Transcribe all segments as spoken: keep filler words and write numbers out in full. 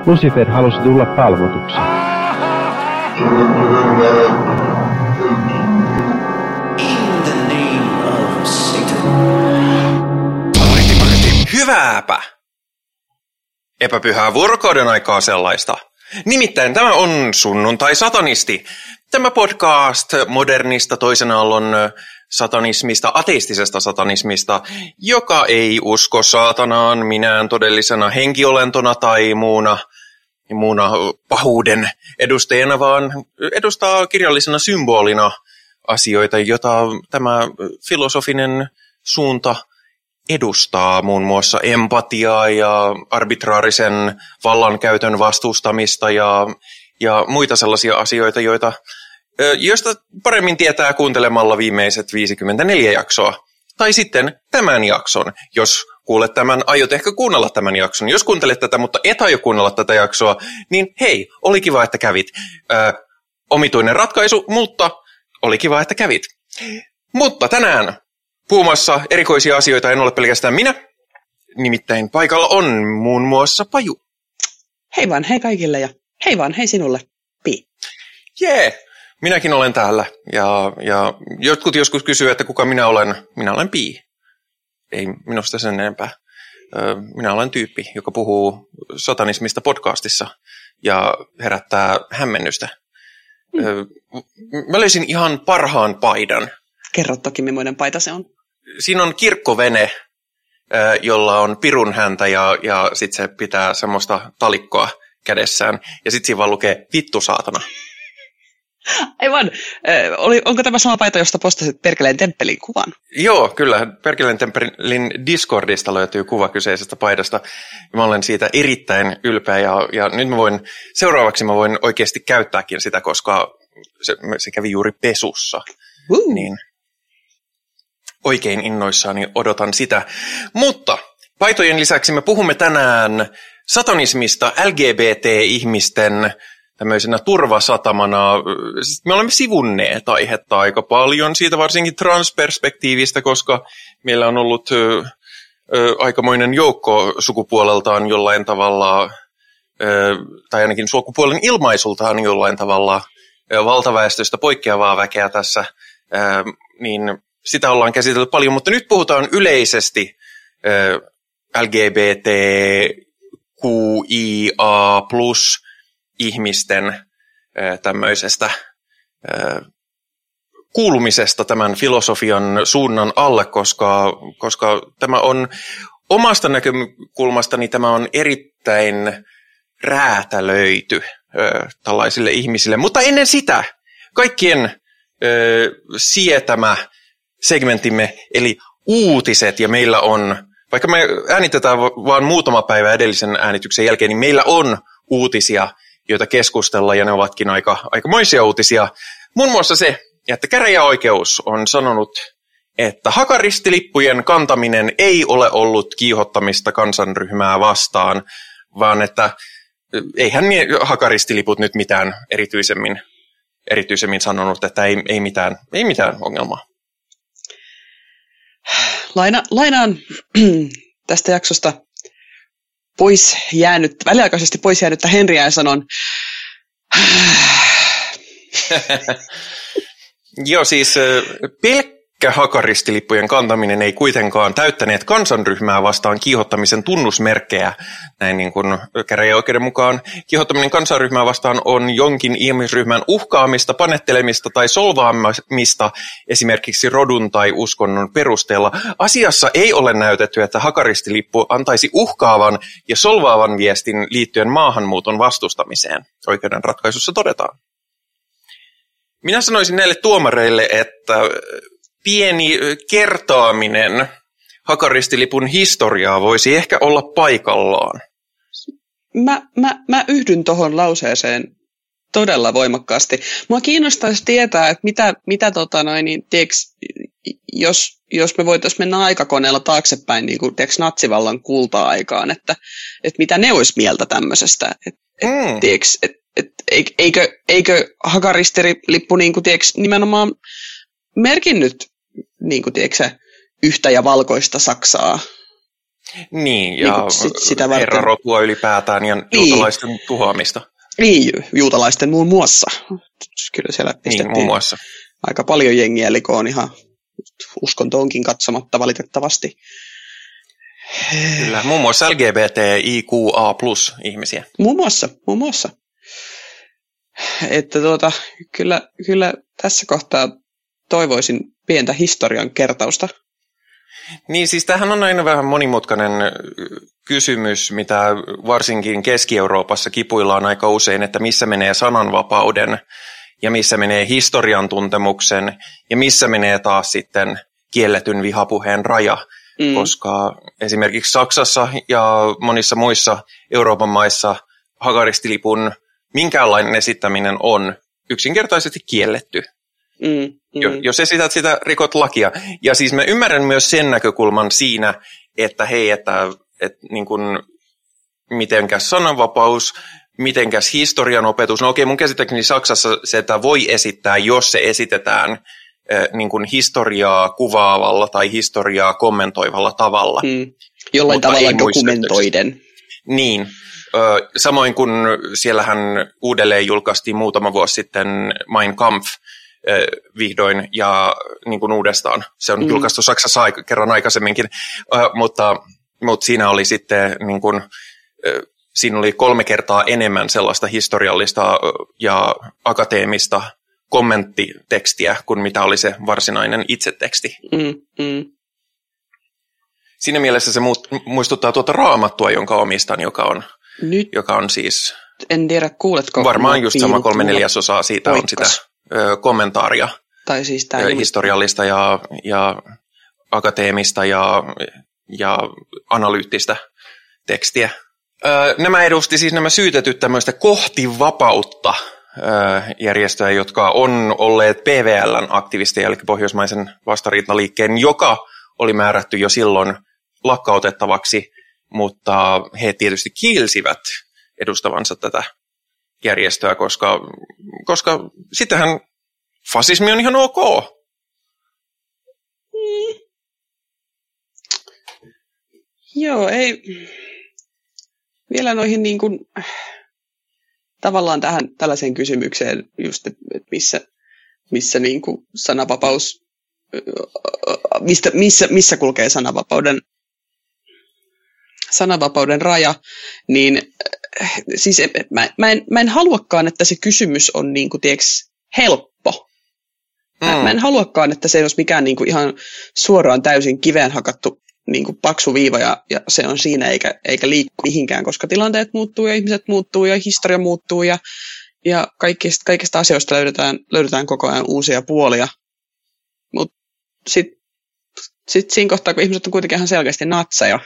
Lucifer halusi tulla palvotuksi. Hyvääpä! Epäpyhää vuorokauden aikaa sellaista. Nimittäin tämä on Sunnuntai-satanisti. Tämä podcast modernista toisen aallon satanismista, ateistisesta satanismista, joka ei usko saatanaan minään todellisena henkiolentona tai muuna, muuna pahuuden edustajana, vaan edustaa kirjallisena symbolina asioita, jota tämä filosofinen suunta edustaa, muun muassa empatiaa ja arbitraarisen vallankäytön vastustamista ja, ja muita sellaisia asioita, joita, joista paremmin tietää kuuntelemalla viimeiset viisikymmentäneljä jaksoa. Tai sitten tämän jakson. Jos kuulet tämän, aiot ehkä kuunnella tämän jakson. Jos kuuntelet tätä, mutta et aio kuunnella tätä jaksoa, niin hei, oli kiva, että kävit. Ö, omituinen ratkaisu, mutta oli kiva, että kävit. Mutta tänään puhumassa erikoisia asioita en ole pelkästään minä, nimittäin paikalla on muun muassa Paju. Hei vaan, hei kaikille ja hei vaan, hei sinulle, Pi. Jee, yeah, minäkin olen täällä ja, ja jotkut joskus kysyy, että kuka minä olen. Minä olen Pi. Ei minusta sen enempää. Minä olen tyyppi, joka puhuu satanismista podcastissa ja herättää hämmennystä. Mm. Mä löysin ihan parhaan paidan. Kerro toki, millainen paita se on. Siinä on kirkkovene, jolla on pirun häntä ja, ja sitten se pitää semmoista talikkoa kädessään. Ja sitten siinä vaan lukee vittu saatana. Aivan. Oli, onko tämä sama paita, josta postasit Perkeleen temppelin kuvan? Joo, kyllä. Perkeleen temppelin Discordista löytyy kuva kyseisestä paidasta. Mä olen siitä erittäin ylpeä ja, ja nyt mä voin, seuraavaksi mä voin oikeasti käyttääkin sitä, koska se, se kävi juuri pesussa. Uh. Niin oikein innoissani odotan sitä. Mutta paitojen lisäksi me puhumme tänään satanismista L G B T-ihmisten tämmöisenä turvasatamana. Me olemme sivunneet aihetta aika paljon, siitä varsinkin transperspektiivistä, koska meillä on ollut ö, ö, aikamoinen joukko sukupuoleltaan jollain tavalla, ö, tai ainakin sukupuolen ilmaisultaan jollain tavalla ö, valtaväestöstä poikkeavaa väkeä tässä, ö, niin sitä ollaan käsitelty paljon, mutta nyt puhutaan yleisesti ö, L G B T Q I A plus ihmisten ö, tämmöisestä ö, kuulumisesta tämän filosofian suunnan alle, koska, koska tämä on omasta näkökulmastani tämä on erittäin räätälöity ö, tällaisille ihmisille, mutta ennen sitä kaikkien ö, sietämä segmentimme, eli uutiset, ja meillä on, vaikka me äänitetään vain muutama päivä edellisen äänityksen jälkeen, niin meillä on uutisia, joita keskustella, ja ne ovatkin aika, aikamoisia uutisia. Muun muassa se, että käräjäoikeus on sanonut, että hakaristilippujen kantaminen ei ole ollut kiihottamista kansanryhmää vastaan, vaan että eihän hakaristiliput nyt mitään erityisemmin, erityisemmin sanonut, että ei, ei, mitään, ei mitään ongelmaa. Laina, lainaan tästä jaksosta pois jäänyt, väliaikaisesti pois jäänyttä Henriä ja sanon. Joo, siis pelkkä hakaristilippujen kantaminen ei kuitenkaan täyttäneet kansanryhmää vastaan kiihottamisen tunnusmerkkejä. Näin niin kuin käräjäoikeuden mukaan kiihottaminen kansanryhmää vastaan on jonkin ihmisryhmän uhkaamista, panettelemista tai solvaamista esimerkiksi rodun tai uskonnon perusteella. Asiassa ei ole näytetty, että hakaristilippu antaisi uhkaavan ja solvaavan viestin liittyen maahanmuuton vastustamiseen. Oikeuden ratkaisussa todetaan. Minä sanoisin näille tuomareille, että pieni kertaaminen hakaristilipun historiaa voisi ehkä olla paikallaan. Mä, mä, mä yhdyn tohon lauseeseen todella voimakkaasti. Mua kiinnostaisi tietää, että mitä, mitä tota noin, niin, tiiäks, jos, jos me voitaisiin mennä aikakoneella taaksepäin niin kuin, tiiäks, natsivallan kulta-aikaan, että, että mitä ne olisi mieltä tämmöisestä. Et, mm. et, tiiäks, et, et, eikö, eikö hakaristilippu niin kuin, tiiäks, nimenomaan merkinnyt niin kuin, tiiäks, yhtä ja valkoista Saksaa? Niin, ja niin sit, sitä varten... herrarotua ylipäätään ja niin. juutalaisten tuhoamista. Niin, juutalaisten muun muassa. Kyllä siellä pistettiin niin, muun muassa. aika paljon jengiä, eli on ihan uskontoonkin katsomatta valitettavasti. Kyllä, muun muassa L G B T I Q A plus ihmisiä. Muun muassa, muun muassa. Että tuota, kyllä, kyllä tässä kohtaa toivoisin pientä historian kertausta. Niin, siis tämähän on aina vähän monimutkainen kysymys, mitä varsinkin Keski-Euroopassa kipuillaan aika usein, että missä menee sananvapauden ja missä menee historian tuntemuksen ja missä menee taas sitten kielletyn vihapuheen raja, mm. koska esimerkiksi Saksassa ja monissa muissa Euroopan maissa hakaristilipun minkäänlainen esittäminen on yksinkertaisesti kielletty. Mm, mm. Jos esität sitä, rikot lakia. Ja siis mä ymmärrän myös sen näkökulman siinä, että hei, että, että niin kuin, mitenkäs sananvapaus, mitenkäs historian opetus. No okei, mun käsittääkseni Saksassa se, että voi esittää, jos se esitetään äh, niin kuin historiaa kuvaavalla tai historiaa kommentoivalla tavalla. Mm. Jollain Mutta tavalla dokumentoiden. Niin. Samoin kuin siellähän uudelleen julkaistiin muutama vuosi sitten Mein Kampf vihdoin ja niin kuin uudestaan. Se on mm. julkaistu Saksassa aika, kerran aikaisemminkin, mutta, mutta siinä oli sitten niin kuin, siinä oli kolme kertaa enemmän sellaista historiallista ja akateemista kommenttitekstiä kuin mitä oli se varsinainen itseteksti. Mm, mm. Siinä mielessä se muistuttaa tuota Raamattua, jonka omistan, joka on, Nyt joka on siis... En tiedä, kuuletko... Varmaan just sama kolme neljäsosaa siitä oikos. On sitä ö, kommentaaria. Tai siis tämä... Ö, historiallista ja, ja akateemista ja, ja analyyttistä tekstiä. Ö, nämä edusti siis nämä syytetyt tämmöistä kohti vapautta ö, järjestöjä, jotka on olleet P V L:n aktivisteja, eli Pohjoismaisen vastarintaliikkeen, joka oli määrätty jo silloin lakkautettavaksi, mutta he tietysti kiilsivät edustavansa tätä järjestöä, koska, koska sittenhän fasismi on ihan ok. Mm. Joo, ei. Vielä noihin niin kuin, tavallaan tähän tällaiseen kysymykseen, just, että missä, missä niin kuin sananvapaus, mistä, missä, missä kulkee sananvapauden, sananvapauden raja, niin siis mä, mä, en, mä en haluakaan, että se kysymys on niin kuin, tiiäks, helppo. Mä, mm. mä en haluakaan, että se ei olisi mikään niin kuin ihan suoraan täysin kiveen hakattu niin kuin paksu viiva ja, ja se on siinä eikä, eikä liikku mihinkään, koska tilanteet muuttuu ja ihmiset muuttuu ja historia muuttuu ja, ja kaikista, kaikista asioista löydetään, löydetään koko ajan uusia puolia. Mutta sitten sit siinä kohtaa, kun ihmiset on kuitenkin ihan selkeästi natseja,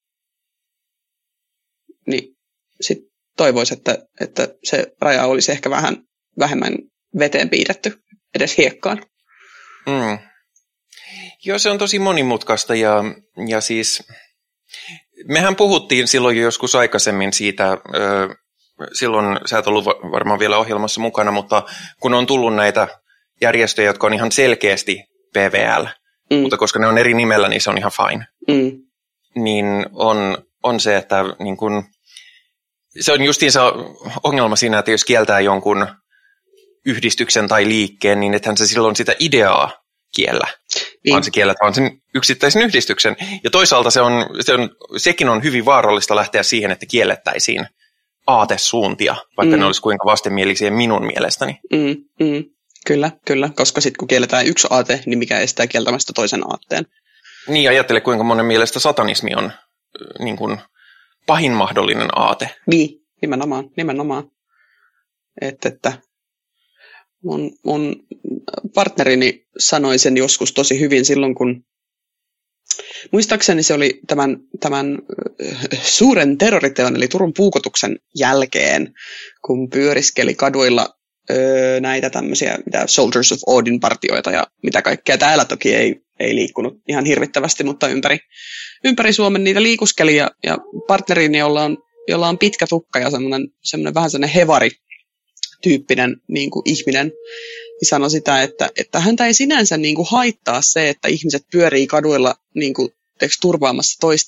niin sitten toivoisi, että, että se raja olisi ehkä vähän vähemmän veteen piirretty, edes hiekkaan. Mm. Joo, se on tosi monimutkaista ja, ja siis mehän puhuttiin silloin jo joskus aikaisemmin siitä, ö, silloin sä et ollut varmaan vielä ohjelmassa mukana, mutta kun on tullut näitä järjestöjä, jotka on ihan selkeästi P V L, mm. mutta koska ne on eri nimellä, niin se on ihan fine. Mm. Niin on, on se, että niin kun, se on justiinsa ongelma siinä, että jos kieltää jonkun yhdistyksen tai liikkeen, niin ethän se silloin sitä ideaa kiellä, niin. vaan se kiellät vaan sen yksittäisen yhdistyksen. Ja toisaalta se on, se on, sekin on hyvin vaarallista lähteä siihen, että kiellettäisiin aatesuuntia, vaikka mm. ne olisi kuinka vastenmielisiä minun mielestäni. Mm, mm. Kyllä, kyllä, koska sitten kun kielletään yksi aate, niin mikä estää kieltämästä toisen aatteen. Niin, ajattele kuinka monen mielestä satanismi on niin kuin pahin mahdollinen aate. Niin, nimenomaan, nimenomaan. Että, että mun, mun partnerini sanoi sen joskus tosi hyvin silloin, kun muistaakseni se oli tämän, tämän suuren terroriteon, eli Turun puukotuksen jälkeen, kun pyöriskeli kaduilla öö, näitä tämmöisiä mitä Soldiers of Odin partioita ja mitä kaikkea. Täällä toki ei, ei liikkunut ihan hirvittävästi, mutta ympäri, ympäri Suomen niitä liikuskeli ja, ja partnerini, jolla on, jolla on pitkä tukka ja semmoinen, semmoinen vähän semmoinen hevari-tyyppinen niin kuin ihminen, niin sanoi sitä, että, että häntä ei sinänsä niin kuin haittaa se, että ihmiset pyörii kaduilla niin kuin, turvaamassa toisten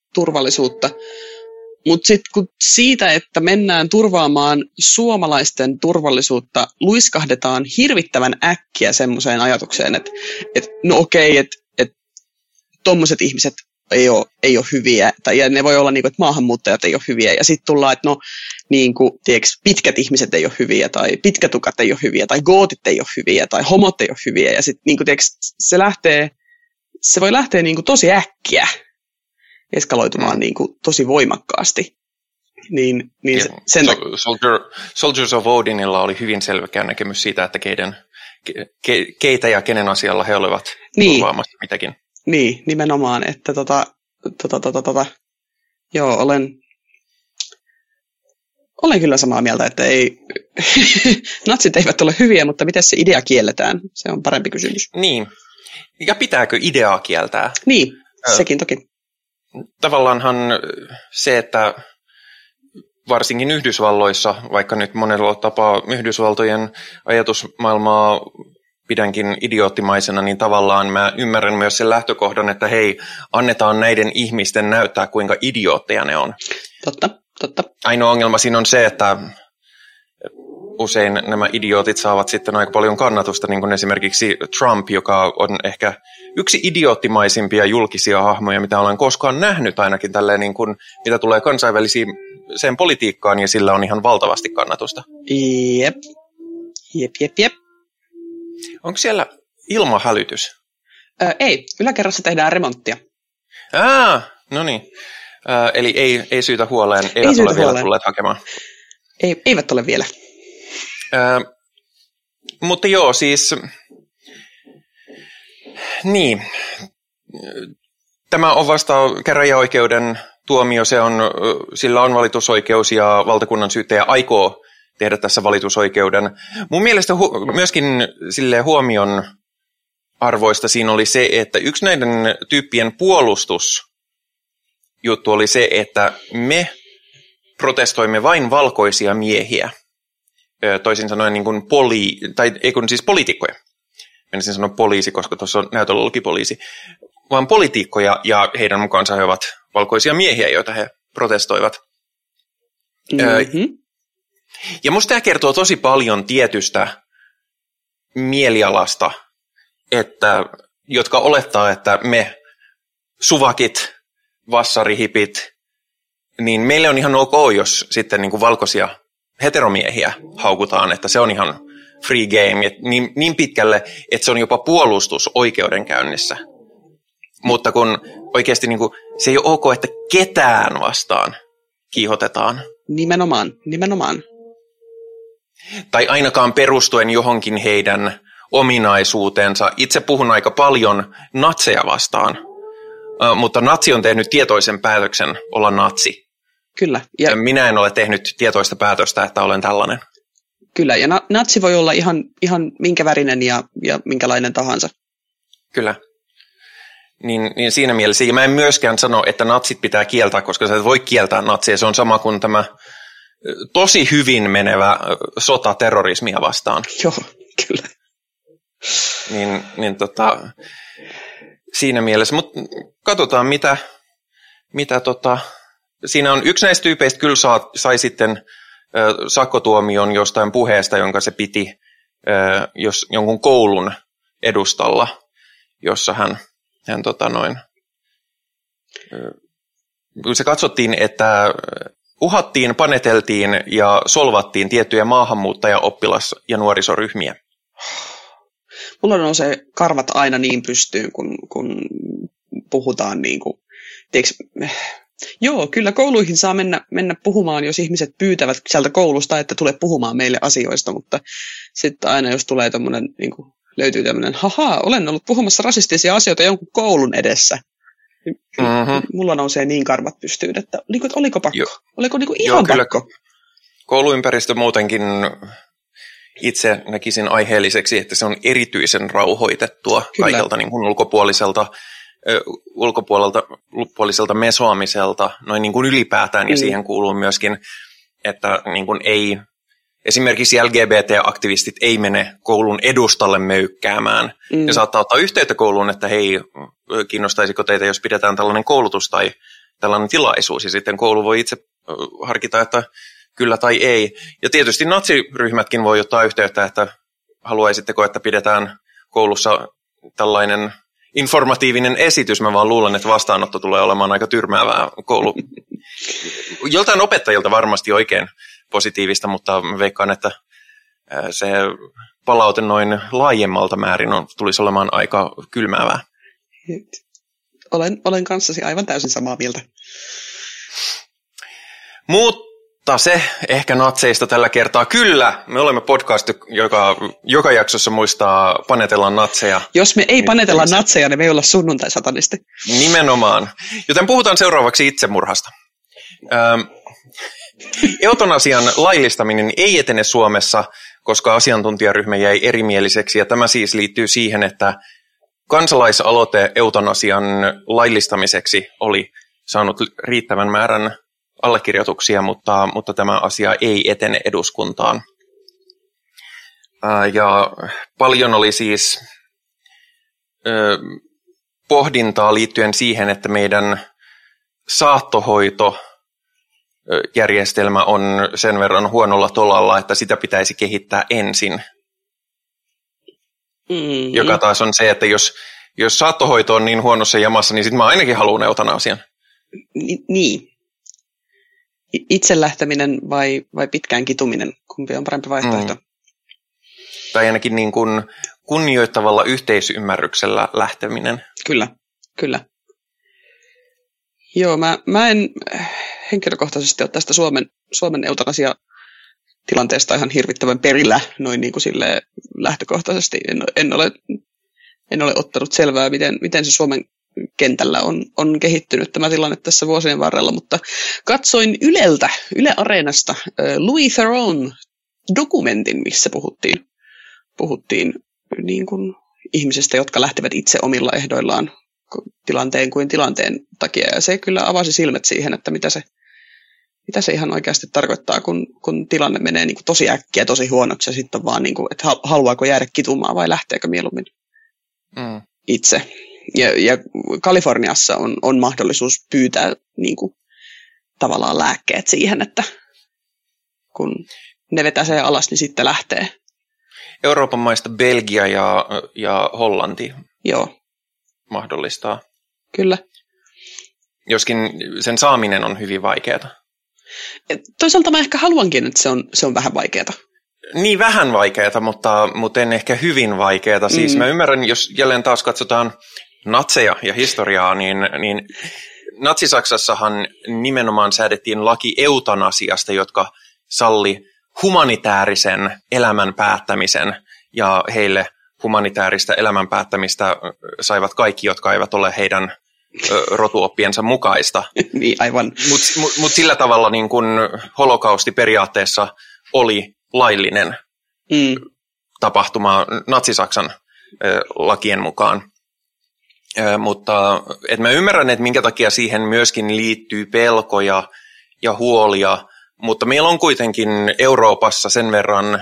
turvallisuutta. Mutta sitten kun siitä, että mennään turvaamaan suomalaisten turvallisuutta, luiskahdetaan hirvittävän äkkiä semmoiseen ajatukseen, että et, no okei, että et, tommoset ihmiset ei ole, ei ole hyviä, tai ja ne voi olla niinku, että maahanmuuttajat ei ole hyviä, ja sitten tullaan, että no niinku, tiiäks, pitkät ihmiset ei ole hyviä, tai pitkätukat ei ole hyviä, tai gootit ei ole hyviä, tai homot ei ole hyviä, ja sitten niinku, se lähtee, se voi lähteä niinku tosi äkkiä eskaloitumaan mm. niinku tosi voimakkaasti. Niin, niin se, sen so, Soldier, Soldiers of Odinilla oli hyvin selkeä näkemys siitä, että keiden, ke, keitä ja kenen asialla he olivat niin. turvaamassa mitäkin. Niin, nimenomaan, että tota, tota, tota, tota, joo, olen, olen kyllä samaa mieltä, että ei, natsit eivät ole hyviä, mutta miten se idea kielletään? Se on parempi kysymys. Niin, ja pitääkö ideaa kieltää? Niin, sekin toki. Tavallaanhan se, että varsinkin Yhdysvalloissa, vaikka nyt monella tapaa Yhdysvaltojen ajatusmaailmaa pidänkin idioottimaisena, niin tavallaan mä ymmärrän myös sen lähtökohdan, että hei, annetaan näiden ihmisten näyttää, kuinka idiootteja ne on. Totta, totta. Ainoa ongelma siinä on se, että usein nämä idiootit saavat sitten aika paljon kannatusta, niin kuin esimerkiksi Trump, joka on ehkä yksi idioottimaisimpia julkisia hahmoja, mitä olen koskaan nähnyt, ainakin tälleen, niin kuin, mitä tulee kansainvälisiin sen politiikkaan, ja sillä on ihan valtavasti kannatusta. Jep, jep, jep, jep. Onko siellä ilmahälytys? Öö, ei, yläkerrassa tehdään remonttia. Ah, no niin. Äh, eli ei, ei syytä huoleen, eivät ei syytä ole vielä huoleen. tulleet hakemaan. Ei, eivät ole vielä. Äh, mutta joo, siis niin. Tämä on vasta käräjäoikeuden tuomio, se on, sillä on valitusoikeus ja valtakunnan syyttäjä aikoo tehdä tässä valitusoikeuden. Mun mielestä hu- myöskin silleen huomion arvoista siinä oli se, että yksi näiden tyyppien puolustusjuttu oli se, että me protestoimme vain valkoisia miehiä, toisin sanoen niin kuin poli- tai ei kun siis poliitikkoja. Menisin sanoa poliisi, koska tuossa on näytöllä olikin poliisi, vaan poliitikkoja ja heidän mukaansa he ovat valkoisia miehiä, joita he protestoivat. Mm-hmm. Ja musta tämä kertoo tosi paljon tietystä mielialasta, että, jotka olettaa, että me suvakit, vassarihipit, niin meille on ihan ok, jos sitten niin kuin valkoisia heteromiehiä haukutaan, että se on ihan free game, niin, niin pitkälle, että se on jopa puolustus oikeudenkäynnissä. Mutta kun oikeasti niin kuin, se ei ole ok, että ketään vastaan kiihotetaan. Nimenomaan, nimenomaan. Tai ainakaan perustuen johonkin heidän ominaisuuteensa. Itse puhun aika paljon natseja vastaan, mutta natsi on tehnyt tietoisen päätöksen olla natsi. Kyllä. Ja minä en ole tehnyt tietoista päätöstä, että olen tällainen. Kyllä, ja na- natsi voi olla ihan, ihan minkä värinen ja, ja minkälainen tahansa. Kyllä. Niin, niin siinä mielessä, ja mä en myöskään sano, että natsit pitää kieltää, koska sä et voi kieltää natsia. Se on sama kuin tämä tosi hyvin menevä sota terrorismia vastaan. Joo, kyllä. Niin, niin tota, siinä mielessä, mutta katsotaan mitä, mitä tota, siinä on yksi näistä tyypeistä kyllä saa, sai sitten ö, sakkotuomion jostain puheesta, jonka se piti ö, jos, jonkun koulun edustalla, jossa hän, hän tota noin, ö, se katsottiin, että uhattiin, paneteltiin ja solvattiin tiettyjä maahanmuuttaja-, oppilas- ja nuorisoryhmiä. Mulla nousee karvat aina niin pystyyn, kun, kun puhutaan niin kuin, tiiäks, joo, kyllä kouluihin saa mennä, mennä puhumaan, jos ihmiset pyytävät sieltä koulusta, että tule puhumaan meille asioista, mutta sitten aina jos tulee tommonen, niin kuin, löytyy tämmöinen, haha, olen ollut puhumassa rasistisia asioita jonkun koulun edessä. Mm-hmm. Mulla nousee niin karvat pystyyn, että oliko, oliko pakko? Jo. Oliko niin kuin ihan joo, kyllä pakko? Kouluympäristö muutenkin itse näkisin aiheelliseksi, että se on erityisen rauhoitettua kyllä. kaikelta niin kuin ulkopuoliselta, ö, ulkopuolelta, ulkopuoliselta mesoamiselta, noin niin kuin ylipäätään, mm. ja siihen kuuluu myöskin, että niin kuin ei, esimerkiksi L G B T-aktivistit ei mene koulun edustalle möykkäämään. Mm. Ja saattaa ottaa yhteyttä kouluun, että hei, kiinnostaisiko teitä, jos pidetään tällainen koulutus tai tällainen tilaisuus, ja sitten koulu voi itse harkita, että kyllä tai ei. Ja tietysti natsiryhmätkin voi ottaa yhteyttä, että haluaisitteko, että pidetään koulussa tällainen informatiivinen esitys. Mä vaan luulen, että vastaanotto tulee olemaan aika tyrmäävää koulu. Joltain opettajilta varmasti oikein positiivista, mutta veikkaan, että se palaute noin laajemmalta määrin on, tulisi olemaan aika kylmäävää. Olen, olen kanssasi aivan täysin samaa mieltä. Mutta se ehkä natseista tällä kertaa. Kyllä, me olemme podcast, joka joka jaksossa muistaa panetella natseja. Jos me ei panetella natseja, niin me ei olla sunnuntai-satanisti. Nimenomaan. Joten puhutaan seuraavaksi itsemurhasta. Ähm, eutanasian laillistaminen ei etene Suomessa, koska asiantuntijaryhmä jäi erimieliseksi. Ja tämä siis liittyy siihen, että kansalaisaloite eutanasian laillistamiseksi oli saanut riittävän määrän allekirjoituksia, mutta, mutta tämä asia ei etene eduskuntaan. Ää, ja paljon oli siis ö, pohdintaa liittyen siihen, että meidän saattohoitojärjestelmä on sen verran huonolla tolalla, että sitä pitäisi kehittää ensin. Mm-hmm. Joka taas on se, että jos, jos saattohoito on niin huonossa jamassa, niin sitten mä ainakin haluan eutanasian. Ni- niin. Itse lähteminen vai, vai pitkään kituminen, kumpi on parempi vaihtoehto? Mm. Tai ainakin niin kuin kunnioittavalla yhteisymmärryksellä lähteminen. Kyllä, kyllä. Joo, mä, mä en henkilökohtaisesti ole tästä Suomen, Suomen eutanasia-tilanteesta ihan hirvittävän perillä noin niin kuin silleen lähtökohtaisesti. En, en, ole, en ole ottanut selvää, miten, miten se Suomen kentällä on, on kehittynyt tämä tilanne tässä vuosien varrella, mutta katsoin Yleltä, Yle Areenasta Louis Theron dokumentin, missä puhuttiin, puhuttiin niin kuin ihmisistä, jotka lähtevät itse omilla ehdoillaan tilanteen kuin tilanteen takia. Ja se kyllä avasi silmät siihen, että mitä se, mitä se ihan oikeasti tarkoittaa, kun, kun tilanne menee niin kuin tosi äkkiä, tosi huonoksi ja sitten on vaan, niin kuin, että haluaako jäädä kitumaan vai lähteekö mieluummin mm. itse. Ja, ja Kaliforniassa on, on mahdollisuus pyytää niin kuin, tavallaan lääkkeet siihen, että kun ne vetäsee alas, niin sitten lähtee. Euroopan maista Belgia ja, ja Hollanti Joo. mahdollistaa. Kyllä. Joskin sen saaminen on hyvin vaikeaa. Toisaalta mä ehkä haluankin, että se on, se on vähän vaikeaa. Niin vähän vaikeaa, mutta, mutta en ehkä hyvin vaikeaa. Siis mm. mä ymmärrän, jos jälleen taas katsotaan natseja ja historiaa, niin, niin Natsi-Saksassahan nimenomaan säädettiin laki eutanasiasta, jotka salli humanitaarisen elämän päättämisen, ja heille humanitaarista elämän päättämistä saivat kaikki, jotka eivät ole heidän ö, rotuoppiensa mukaista. Niin, aivan. Mutta mut, mut sillä tavalla niin kun holokausti periaatteessa oli laillinen mm. tapahtuma Natsi-Saksan ö, lakien mukaan. Ö, mutta et mä ymmärrän, että minkä takia siihen myöskin liittyy pelkoja ja huolia, mutta meillä on kuitenkin Euroopassa sen verran,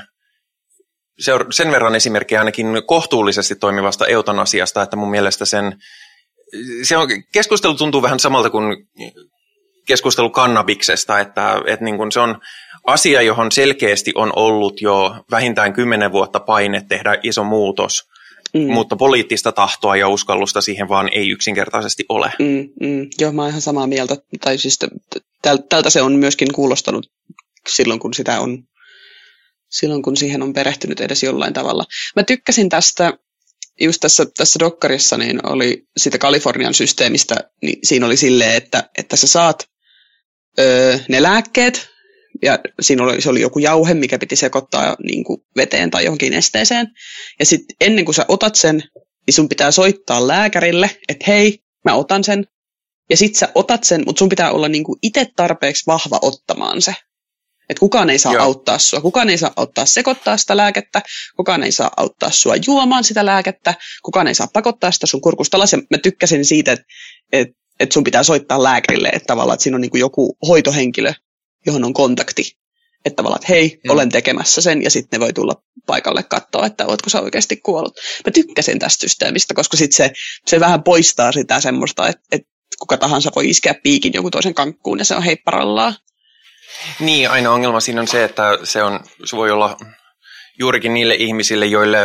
sen verran esimerkkiä ainakin kohtuullisesti toimivasta eutanasiasta, että mun mielestä sen, se on, keskustelu tuntuu vähän samalta kuin keskustelu kannabiksesta, että, että niin kuin se on asia, johon selkeästi on ollut jo vähintään kymmenen vuotta paine tehdä iso muutos, mm. mutta poliittista tahtoa ja uskallusta siihen vaan ei yksinkertaisesti ole. Mm, mm. Joo, mä oon ihan samaa mieltä. Tai siis tältä se on myöskin kuulostanut silloin, kun sitä on, silloin kun siihen on perehtynyt edes jollain tavalla. Mä tykkäsin tästä, just tässä, tässä dokkarissa, niin oli siitä Kalifornian systeemistä, niin siinä oli silleen, että, että sä saat öö, ne lääkkeet, ja siinä oli, se oli joku jauhe, mikä piti sekoittaa niin kuin veteen tai johonkin nesteeseen. Ja sitten ennen kuin sä otat sen, niin sun pitää soittaa lääkärille, että hei, mä otan sen. Ja sit sä otat sen, mutta sun pitää olla niin kuin itse tarpeeksi vahva ottamaan se. Että kukaan ei saa Joo. auttaa sua, kukaan ei saa auttaa sekoittaa sitä lääkettä, kukaan ei saa auttaa sua juomaan sitä lääkettä, kukaan ei saa pakottaa sitä sun kurkusta alas. Ja mä tykkäsin siitä, että et, et sun pitää soittaa lääkärille, että tavallaan että siinä on niin kuin joku hoitohenkilö, johon on kontakti. Että tavallaan, että hei, mm. olen tekemässä sen, ja sitten ne voi tulla paikalle katsoa, että ootko sä oikeasti kuollut. Mä tykkäsin tästä systeemistä, koska sitten se, se vähän poistaa sitä semmoista, että, että kuka tahansa voi iskeä piikin joku toisen kankkuun ja se on heipparallaan. Niin, ainoa ongelma siinä on se, että se, on, se voi olla juurikin niille ihmisille, joille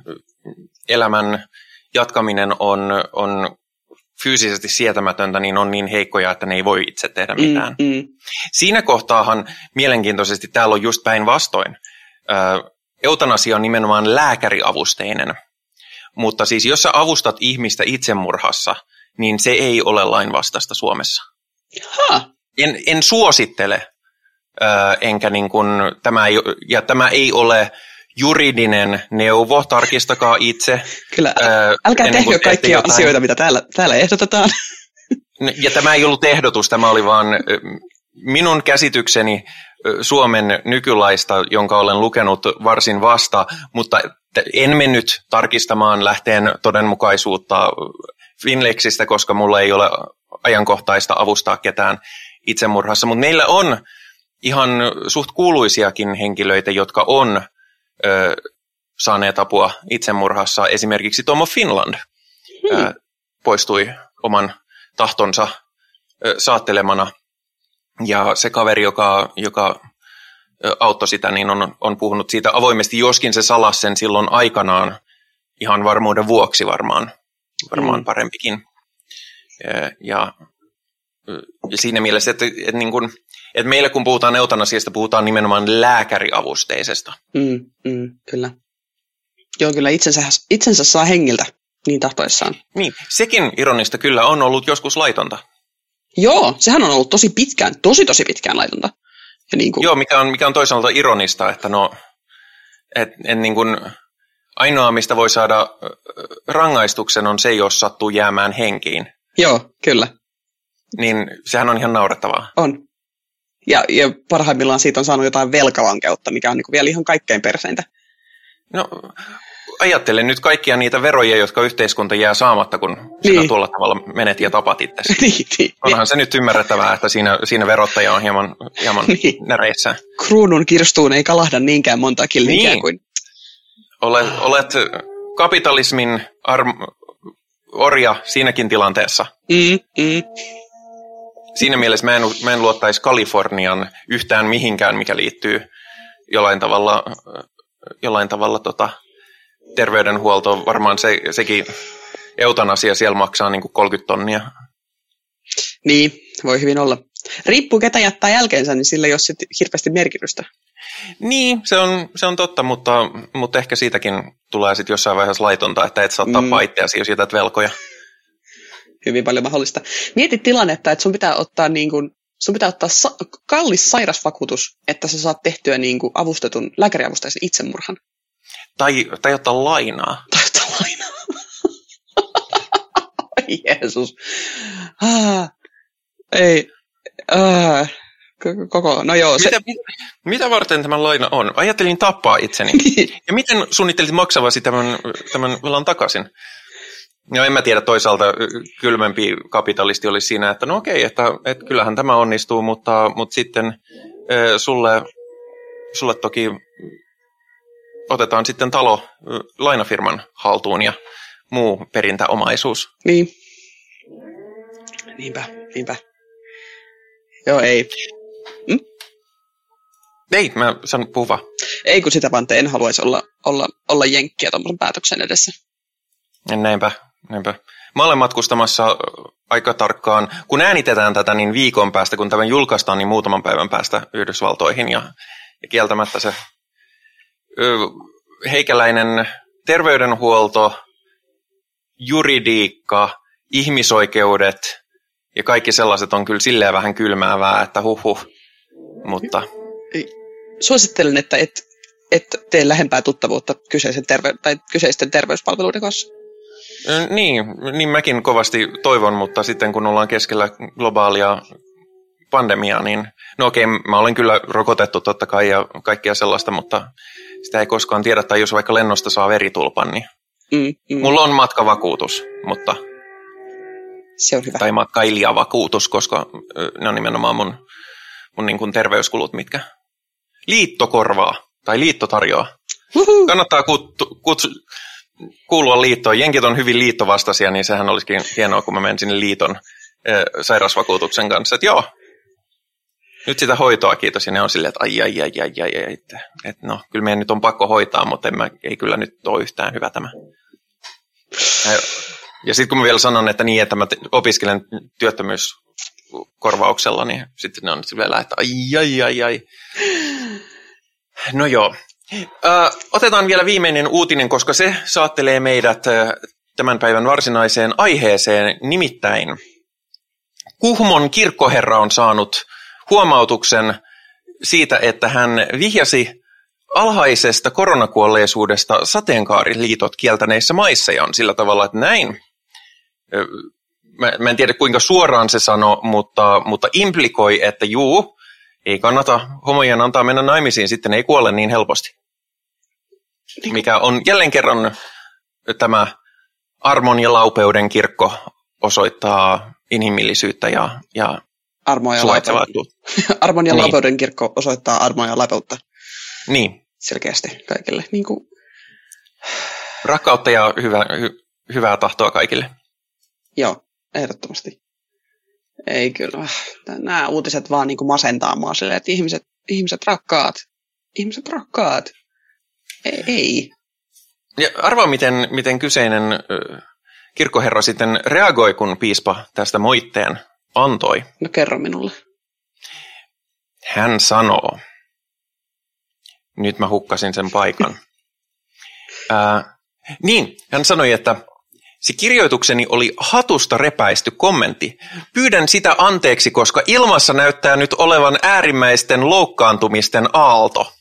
elämän jatkaminen on, on fyysisesti sietämätöntä, niin on niin heikkoja, että ne ei voi itse tehdä mitään. Mm, mm. Siinä kohtaahan mielenkiintoisesti täällä on just päinvastoin. Eutanasia on nimenomaan lääkäriavusteinen, mutta siis jos sä avustat ihmistä itsemurhassa, niin se ei ole lainvastaista Suomessa. Ha. En, en suosittele, enkä niin kuin, tämä ei, ja tämä ei ole juridinen neuvo, tarkistakaa itse. Kyllä, älkää tehkö kaikkia jotain asioita, mitä täällä, täällä ehdotetaan. Ja tämä ei ollut ehdotus, tämä oli vaan minun käsitykseni Suomen nykylaista, jonka olen lukenut varsin vasta, mutta en mennyt tarkistamaan lähteen todenmukaisuutta Finlexistä, koska mulla ei ole ajankohtaista avustaa ketään itsemurhassa. Mutta meillä on ihan suht kuuluisiakin henkilöitä, jotka on ö, saaneet apua itsemurhassa. Esimerkiksi Tom of Finland hmm. ö, poistui oman tahtonsa ö, saattelemana. Ja se kaveri, joka, joka auttoi sitä, niin on, on puhunut siitä avoimesti, joskin se salasi sen silloin aikanaan ihan varmuuden vuoksi varmaan, varmaan mm. parempikin. Ja, ja, ja siinä mielessä, että, että, niin kuin, että meillä kun puhutaan eutanasiasta, puhutaan nimenomaan lääkäriavusteisesta. Mm, mm, kyllä. Joo, kyllä itsensä, itsensä saa hengiltä niin tahtoissaan. Niin, sekin ironista kyllä on ollut joskus laitonta. Joo, sehän on ollut tosi pitkään, tosi tosi pitkään laitonta. Ja niin kuin... Joo, mikä on, mikä on toisaalta ironista, että no, et, et niin kuin, ainoa mistä voi saada rangaistuksen on se, jos sattuu jäämään henkiin. Joo, kyllä. Niin sehän on ihan naurettavaa. On. Ja, ja parhaimmillaan siitä on saanut jotain velkavankeutta, mikä on niin kuin vielä ihan kaikkein perseintä. No, ajattelen nyt kaikkia niitä veroja, jotka yhteiskunta jää saamatta, kun niin. Sinä tuolla tavalla menet ja tapat itsesi. niin, niin, Onhan niin. se nyt ymmärrettävää, että siinä, siinä verottaja on hieman, hieman niin. näreissä. Kruunun kirstuun ei kalahda niinkään monta killinkää niin. kuin... Olet, olet kapitalismin arm- orja siinäkin tilanteessa. Mm, mm. Siinä mielessä mä en, mä en luottaisi Kalifornian yhtään mihinkään, mikä liittyy jollain tavalla... jollain tavalla tota, terveydenhuolto, varmaan se, sekin eutanasia siellä maksaa niin kuin kolmekymmentä tonnia. Niin, voi hyvin olla. Riippuu ketä jättää jälkeensä, niin sillä ei ole sitten hirveästi merkitystä. Niin, se on, se on totta, mutta, mutta ehkä siitäkin tulee sitten jossain vaiheessa laitonta, että et saa tappaa mm. itseäsi, jos jätät velkoja. Hyvin paljon mahdollista. Mieti tilannetta, että sun pitää ottaa niin kuin Sun pitää ottaa sa- kallis sairasvakuutus, että sä saat tehtyä niin kuin avustetun, lääkäriavusteisen itsemurhan. Tai, tai ottaa lainaa. Tai ottaa lainaa. Jeesus. Ah, ei. Ah, koko, no joo. Se... Mitä, mitä varten tämä laina on? Ajattelin tappaa itseni. Ja miten suunnittelit maksavasi tämän, tämän velan takaisin? No en mä tiedä, toisaalta kylmempi kapitalisti olisi siinä, että no okei, että, että kyllähän tämä onnistuu, mutta, mutta sitten äh, sulle, sulle toki otetaan sitten talo äh, lainafirman haltuun ja muu perintäomaisuus. Niin. Niinpä, niinpä. Joo, ei. Hm? Ei, mä sanon puhuva. Ei kun sitä vaan, en haluaisi olla, olla, olla jenkkiä tuommoisen päätöksen edessä. Näinpä. Näinpä. Mä olen matkustamassa aika tarkkaan, kun äänitetään tätä, niin viikon päästä, kun tämän julkaistaan, niin muutaman päivän päästä Yhdysvaltoihin. Ja, ja kieltämättä se ö, heikäläinen terveydenhuolto, juridiikka, ihmisoikeudet ja kaikki sellaiset on kyllä silleen vähän kylmäävää, että huhhuh. Mutta... Suosittelen, että et, et tee lähempää tuttavuutta kyseisen terve- tai kyseisten terveyspalveluiden kanssa. Niin, niin mäkin kovasti toivon, mutta sitten kun ollaan keskellä globaalia pandemiaa, niin no okei, mä olen kyllä rokotettu totta kai ja kaikkea sellaista, mutta sitä ei koskaan tiedä, tai jos vaikka lennosta saa veritulpan, niin mm, mm. mulla on matkavakuutus, mutta se on hyvä. Tai matkailijavakuutus, koska ne on nimenomaan mun, mun niin kuin terveyskulut, mitkä liitto korvaa tai liitto tarjoaa. Uhuh. Kannattaa kutsu, kutsu, kuulua liittoon. Jenkit on hyvin liittovastaisia, niin sehän olisikin hienoa, kun mä menen sinne liiton sairausvakuutuksen kanssa, että joo, nyt sitä hoitoa kiitos, ja ne on silleen, että ai, ai, ai, ai, ai, ai että, että no, kyllä meidän nyt on pakko hoitaa, mutta en mä, ei kyllä nyt ole yhtään hyvä tämä. Ja, ja sitten kun mä vielä sanon, että niin, että mä opiskelen työttömyyskorvauksella, niin sitten ne on vielä, että ai, ai, ai, ai. No joo. Ö, otetaan vielä viimeinen uutinen, koska se saattelee meidät tämän päivän varsinaiseen aiheeseen, nimittäin Kuhmon kirkkoherra on saanut huomautuksen siitä, että hän vihjasi alhaisesta koronakuolleisuudesta sateenkaariliitot kieltäneissä maissa, ja on sillä tavalla, että näin. Mä, mä en tiedä kuinka suoraan se sanoi, mutta, mutta implikoi, että juu, ei kannata homojen antaa mennä naimisiin, sitten ei kuole niin helposti. Mikä on jälleen kerran tämä armon ja laupeuden kirkko osoittaa inhimillisyyttä ja, ja Armo ja laupeutta. Armon ja niin. Laupeuden kirkko osoittaa armoa ja laupeutta. Niin. Selkeästi kaikille. Niin kuin... Rakkautta ja hyvä, hy, hyvää tahtoa kaikille. Joo, ehdottomasti. Ei kyllä. Nämä uutiset vaan niin kuin masentaa mua silleen, että ihmiset, ihmiset rakkaat. Ihmiset rakkaat. Ei. ei. Ja arvaa, miten, miten kyseinen kirkkoherra sitten reagoi, kun piispa tästä moitteen antoi. No kerro minulle. Hän sanoo, nyt mä hukkasin sen paikan. Ää, niin, hän sanoi, että se kirjoitukseni oli hatusta repäisty kommentti. Pyydän sitä anteeksi, koska ilmassa näyttää nyt olevan äärimmäisten loukkaantumisten aalto.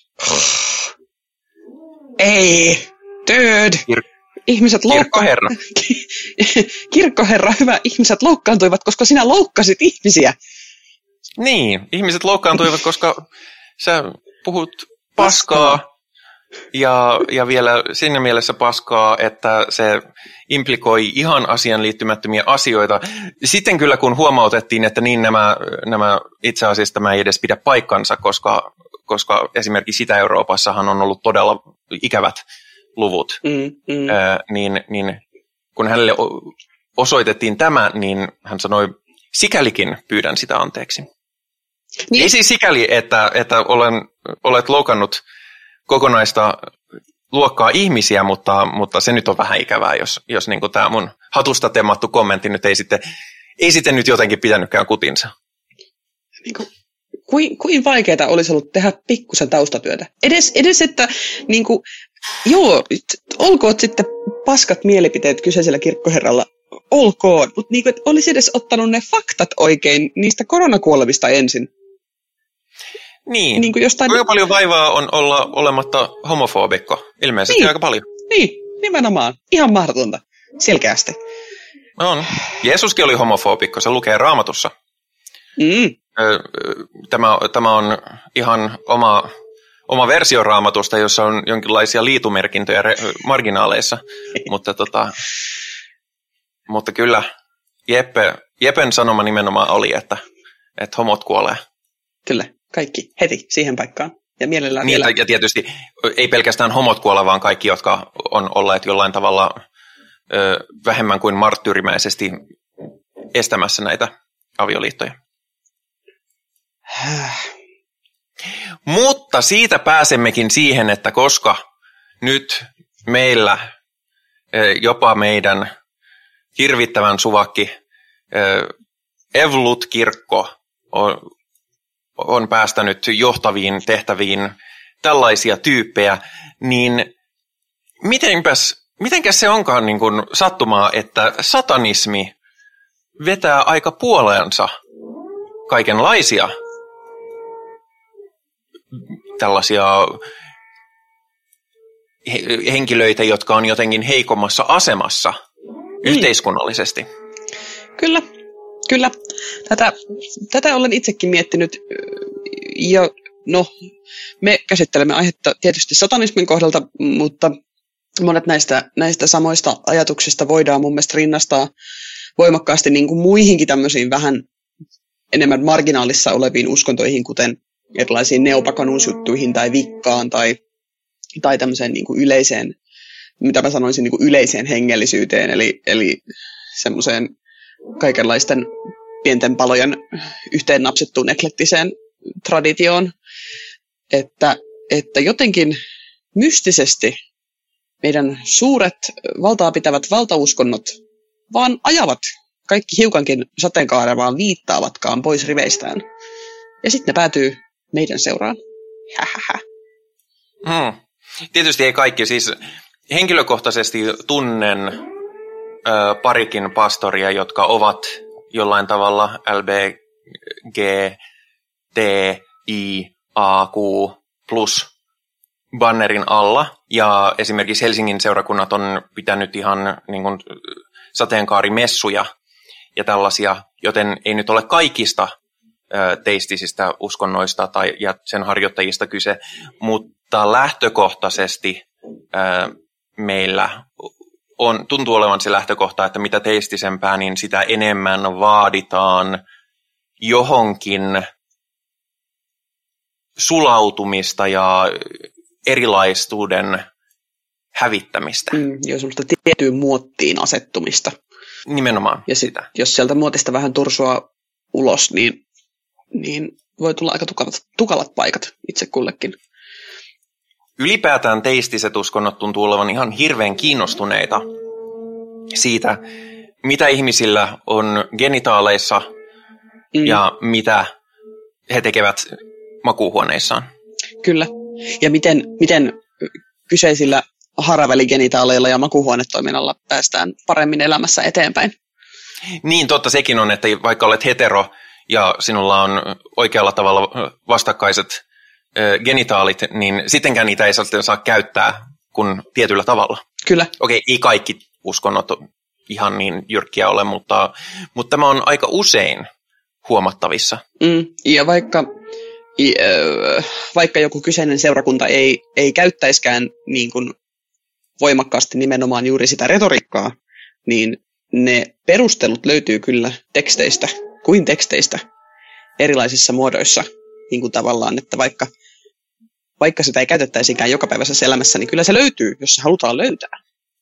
Ei, dude. Kir- Ihmiset loukka- Kirkkoherra. Kirkkoherra, hyvä. Ihmiset loukkaantuivat, koska sinä loukkasit ihmisiä. Niin, ihmiset loukkaantuivat, koska sä puhut paskaa ja, ja vielä siinä mielessä paskaa, että se implikoi ihan asian liittymättömiä asioita. Sitten kyllä kun huomautettiin, että niin nämä, nämä itse asiassa tämä ei edes pidä paikkansa, koska, koska esimerkiksi Itä-Euroopassahan on ollut todella ikävät luvut, mm, mm. Ää, niin, niin kun hänelle osoitettiin tämä, niin hän sanoi, sikälikin pyydän sitä anteeksi. Niin. Ei siis sikäli, että, että olen, olet loukannut kokonaista luokkaa ihmisiä, mutta, mutta se nyt on vähän ikävää, jos, jos niin kuin tämä mun hatusta temmattu kommentti nyt ei sitten, ei sitten nyt jotenkin pitänytkään kutinsa. Niin kuin, kuin, kuin vaikeaa olisi ollut tehdä pikkusen taustatyötä. Edes, edes että niin kuin, joo, olkoot sitten paskat mielipiteet kyseisellä kirkkoherralla, olkoon, mutta niin kuin, että olisi edes ottanut ne faktat oikein niistä koronakuolevista ensin. Niin, niin kuin jostain... kuinka paljon vaivaa on olla olematta homofobikko? Ilmeisesti niin. aika paljon. Niin, nimenomaan. Ihan mahdotonta. Selkeästi. On. Jeesuskin oli homofobikko, se lukee Raamatussa. Mm. Tämä, tämä on ihan oma, oma versio Raamatusta, jossa on jonkinlaisia liitumerkintöjä re- marginaaleissa, mutta, tota, mutta kyllä Jeppe, Jeppen sanoma nimenomaan oli, että, että homot kuolee. Kyllä, kaikki heti siihen paikkaan. Ja mielellään niin, vielä. Ja tietysti ei pelkästään homot kuole, vaan kaikki, jotka on olleet jollain tavalla ö, vähemmän kuin marttyyrimäisesti estämässä näitä avioliittoja. Mutta siitä pääsemmekin siihen, että koska nyt meillä jopa meidän hirvittävän suvakki Evlut-kirkko on, on päästänyt johtaviin tehtäviin tällaisia tyyppejä, niin mitenpäs, mitenkäs se onkaan niin kuin sattumaa, että satanismi vetää aika puoleensa kaikenlaisia tällaisia henkilöitä, jotka on jotenkin heikommassa asemassa mm. yhteiskunnallisesti. Kyllä, kyllä. Tätä, tätä olen itsekin miettinyt. Ja no, me käsittelemme aihetta tietysti satanismin kohdalta, mutta monet näistä, näistä samoista ajatuksista voidaan mun mielestä rinnastaa voimakkaasti niin kuin muihinkin tämmöisiin vähän enemmän marginaalissa oleviin uskontoihin, kuten erilaisiin neopakanuusjuttuihin tai vikkaan tai, tai tämmöiseen niin kuin yleiseen, mitä mä sanoisin, niin kuin yleiseen hengellisyyteen, eli, eli semmoiseen kaikenlaisten pienten palojen yhteen napsittuun eklektiseen traditioon, että, että jotenkin mystisesti meidän suuret valtaa pitävät valtauskonnot vaan ajavat kaikki hiukankin sateenkaarevaan viittaavatkaan pois riveistään. Ja sitten ne päätyy meidän seuraan. Hähähä. Hmm. Tietysti ei kaikki. Siis henkilökohtaisesti tunnen ö, parikin pastoria, jotka ovat jollain tavalla L B G T I A Q plus bannerin alla. Ja esimerkiksi Helsingin seurakunnat on pitänyt ihan niin kuin sateenkaarimessuja ja tällaisia, joten ei nyt ole kaikista ö, teistisistä uskonnoista tai ja sen harjoittajista kyse, mutta lähtökohtaisesti ö, meillä on, tuntuu olevan se lähtökohta, että mitä teistisempää, niin sitä enemmän vaaditaan johonkin sulautumista ja erilaistuuden hävittämistä. Mm, joo, semmoista tiettyyn muottiin asettumista. Nimenomaan ja sit, sitä. Jos sieltä muotista vähän tursua ulos, niin, niin voi tulla aika tukalat, tukalat paikat itse kullekin. Ylipäätään teistiset uskonnot tuntuu olevan ihan hirveän kiinnostuneita siitä, mitä ihmisillä on genitaaleissa mm. ja mitä he tekevät makuuhuoneissaan. Kyllä. Ja miten, miten kyseisillä haraväligenitaaleilla ja makuuhuonetoiminnalla päästään paremmin elämässä eteenpäin. Niin, totta sekin on, että vaikka olet hetero ja sinulla on oikealla tavalla vastakkaiset ö, genitaalit, niin sittenkään niitä ei saa käyttää kuin tietyllä tavalla. Kyllä. Okei, ei kaikki uskonnot ihan niin jyrkkiä ole, mutta, mutta tämä on aika usein huomattavissa. Mm, ja vaikka... vaikka joku kyseinen seurakunta ei, ei käyttäiskään niin kuin voimakkaasti nimenomaan juuri sitä retoriikkaa, niin ne perustelut löytyy kyllä teksteistä, kuin teksteistä, erilaisissa muodoissa, niin kuin tavallaan, että vaikka, vaikka sitä ei käytettäisikään jokapäiväisessä elämässä, niin kyllä se löytyy, jos se halutaan löytää.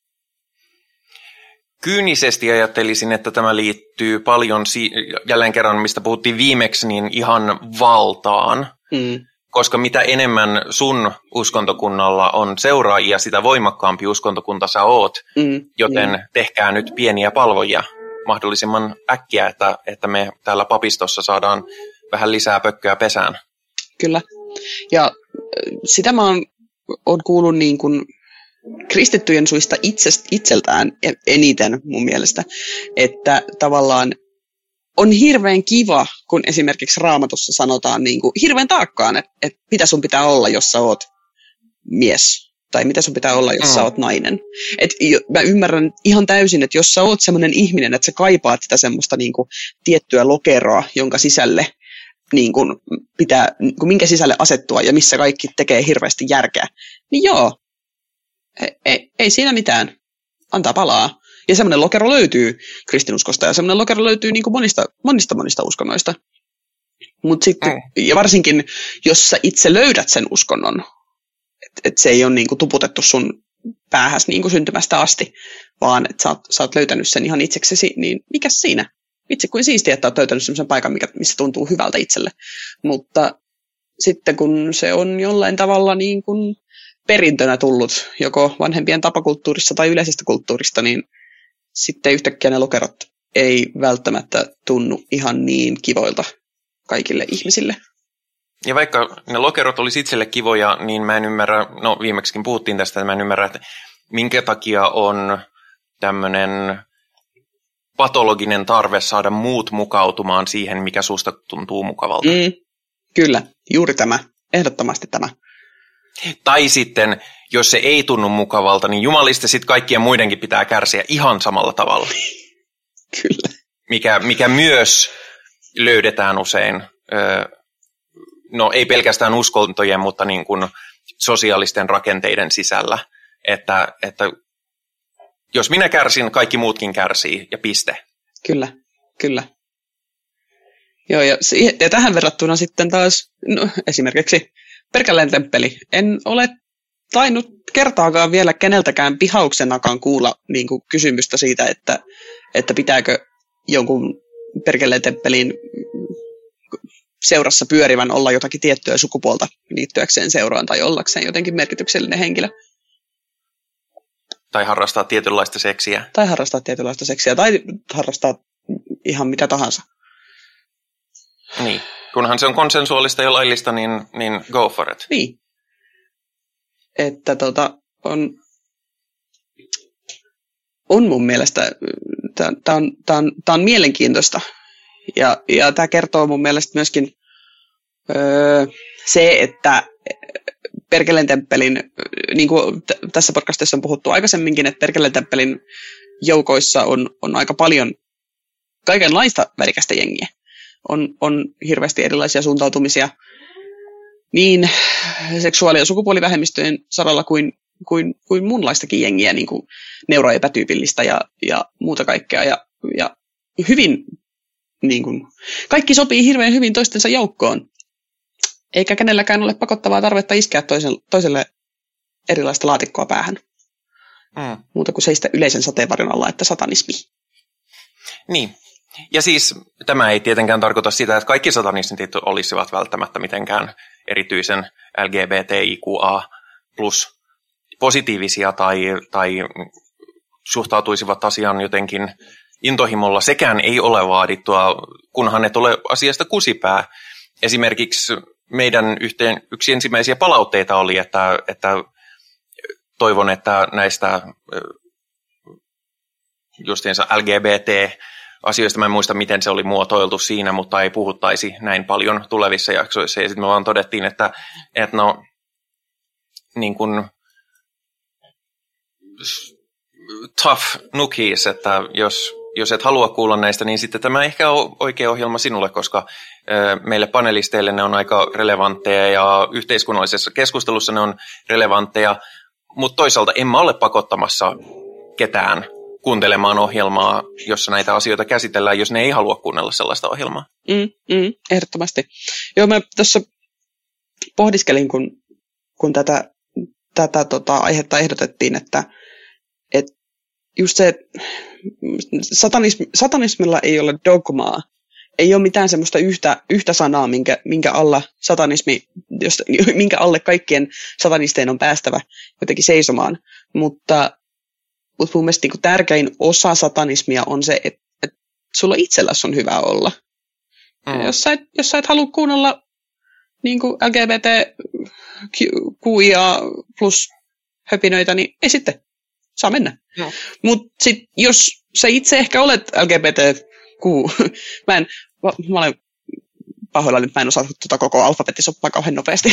Kyynisesti ajattelisin, että tämä liittyy paljon, si- jälleen kerran mistä puhuttiin viimeksi, niin ihan valtaan. Mm. Koska mitä enemmän sun uskontokunnalla on seuraajia, sitä voimakkaampi uskontokunta sä oot. Mm. Joten mm. tehkää nyt pieniä palvoja mahdollisimman äkkiä, että, että me täällä papistossa saadaan vähän lisää pökköä pesään. Kyllä. Ja sitä mä oon, oon kuullut niin kuin kristittyjen suista itsest, itseltään eniten mun mielestä, että tavallaan on hirveän kiva, kun esimerkiksi Raamatussa sanotaan niin kuin hirveän tarkkaan, että, että mitä sun pitää olla, jos sä oot mies, tai mitä sun pitää olla, jos mm. sä oot nainen. Et mä ymmärrän ihan täysin, että jos sä oot semmoinen ihminen, että sä kaipaat sitä semmoista niin kuin tiettyä lokeroa, jonka sisälle niin kuin pitää, niin kuin minkä sisälle asettua ja missä kaikki tekee hirveästi järkeä, niin joo, ei, ei, ei siinä mitään. Antaa palaa. Ja semmoinen lokero löytyy kristinuskosta ja semmoinen lokero löytyy niin kuin monista, monista, monista uskonnoista. Mut sitten, mm. ja varsinkin, jos sä itse löydät sen uskonnon, että et se ei ole niin kuin tuputettu sun päähäs niin kuin syntymästä asti, vaan että sä oot, sä oot löytänyt sen ihan itseksesi, niin mikäs siinä? Itse kuin siistiä, että oot löytänyt semmoisen paikan, mikä, missä tuntuu hyvältä itselle. Mutta sitten kun se on jollain tavalla niin kuin perintönä tullut, joko vanhempien tapakulttuurissa tai yleisestä kulttuurista, niin sitten yhtäkkiä ne lokerot ei välttämättä tunnu ihan niin kivoilta kaikille ihmisille. Ja vaikka ne lokerot olisi itselle kivoja, niin mä en ymmärrä, no viimeksikin puhuttiin tästä, että mä en ymmärrä, että minkä takia on tämmöinen patologinen tarve saada muut mukautumaan siihen, mikä susta tuntuu mukavalta. Mm, kyllä, juuri tämä, ehdottomasti tämä. Tai sitten, jos se ei tunnu mukavalta, niin jumalista sitten kaikkien muidenkin pitää kärsiä ihan samalla tavalla. Kyllä. Mikä, mikä myös löydetään usein, no ei pelkästään uskontojen, mutta niin kuin sosiaalisten rakenteiden sisällä, että, että jos minä kärsin, kaikki muutkin kärsii ja piste. Kyllä, kyllä. Joo, ja, ja tähän verrattuna sitten taas no, esimerkiksi Perkeleen temppeli. En ole tainnut kertaakaan vielä keneltäkään pihauksenakaan kuulla niin kuin kysymystä siitä, että, että pitääkö jonkun perkeleen temppelin seurassa pyörivän olla jotakin tiettyä sukupuolta liittyäkseen seuraan tai ollakseen jotenkin merkityksellinen henkilö. Tai harrastaa tietynlaista seksiä. Tai harrastaa tietynlaista seksiä, tai harrastaa ihan mitä tahansa. Niin, kunhan se on konsensuaalista ja laillista, niin, niin go for it. Niin. Että tota, on, on mun mielestä, tämä on, tää on, tää on mielenkiintoista. Ja, ja tämä kertoo mun mielestä myöskin öö, se, että Perkeleen temppelin, niin kuin t- tässä podcastissa on puhuttu aikaisemminkin, että Perkeleen temppelin joukoissa on, on aika paljon kaikenlaista värikästä jengiä. On, on hirveästi erilaisia suuntautumisia niin seksuaali- ja sukupuolivähemmistöjen saralla kuin, kuin, kuin muunlaistakin jengiä, niin kuin neuroepätyypillistä ja, ja muuta kaikkea. Ja, ja hyvin, niin kuin, kaikki sopii hirveän hyvin toistensa joukkoon. Eikä kenelläkään ole pakottavaa tarvetta iskeä toiselle, toiselle erilaista laatikkoa päähän. Mm. Muuta kuin seistä yleisen sateenvarjon alla, että satanismi. Niin. Ja siis tämä ei tietenkään tarkoita sitä, että kaikki satanistit olisivat välttämättä mitenkään erityisen L G B T I Q A plus positiivisia tai, tai suhtautuisivat asiaan jotenkin intohimolla. Sekään ei ole vaadittua, kunhan et ole asiasta kusipää. Esimerkiksi meidän yhteen, yksi ensimmäisiä palautteita oli, että, että toivon, että näistä justiinsa L G B T-asioista, mä en muista, miten se oli muotoiltu siinä, mutta ei puhuttaisi näin paljon tulevissa jaksoissa. Ja sitten me vaan todettiin, että, että no, niin kuin tough nookies, että jos, jos et halua kuulla näistä, niin sitten tämä ehkä on oikea ohjelma sinulle, koska meille panelisteille ne on aika relevantteja ja yhteiskunnallisessa keskustelussa ne on relevantteja, mutta toisaalta en mä ole pakottamassa ketään kuuntelemaan ohjelmaa, jossa näitä asioita käsitellään, jos ne ei halua kuunnella sellaista ohjelmaa. Mm, mm, ehdottomasti. Joo, mä tuossa pohdiskelin, kun, kun tätä, tätä tota, aihetta ehdotettiin, että et just se, että satanismi, satanismilla ei ole dogmaa. Ei ole mitään semmoista yhtä, yhtä sanaa, minkä, minkä, alla satanismi, jos, minkä alle kaikkien satanisteen on päästävä jotenkin seisomaan. Mutta, mutta mun mielestä niin kuin tärkein osa satanismia on se, että, että sulla itselläsi on hyvä olla. Mm. Jos, sä et, jos sä et halua kuunnella niin kuin L G B T Q I A plus höpinöitä, niin ei sitten. Saa mennä. No. Mutta sitten jos sä itse ehkä olet L G B T Q, mä, en, mä olen pahoillani, että mä en osaa tuota koko alfabeettisoppaa kauhean nopeasti.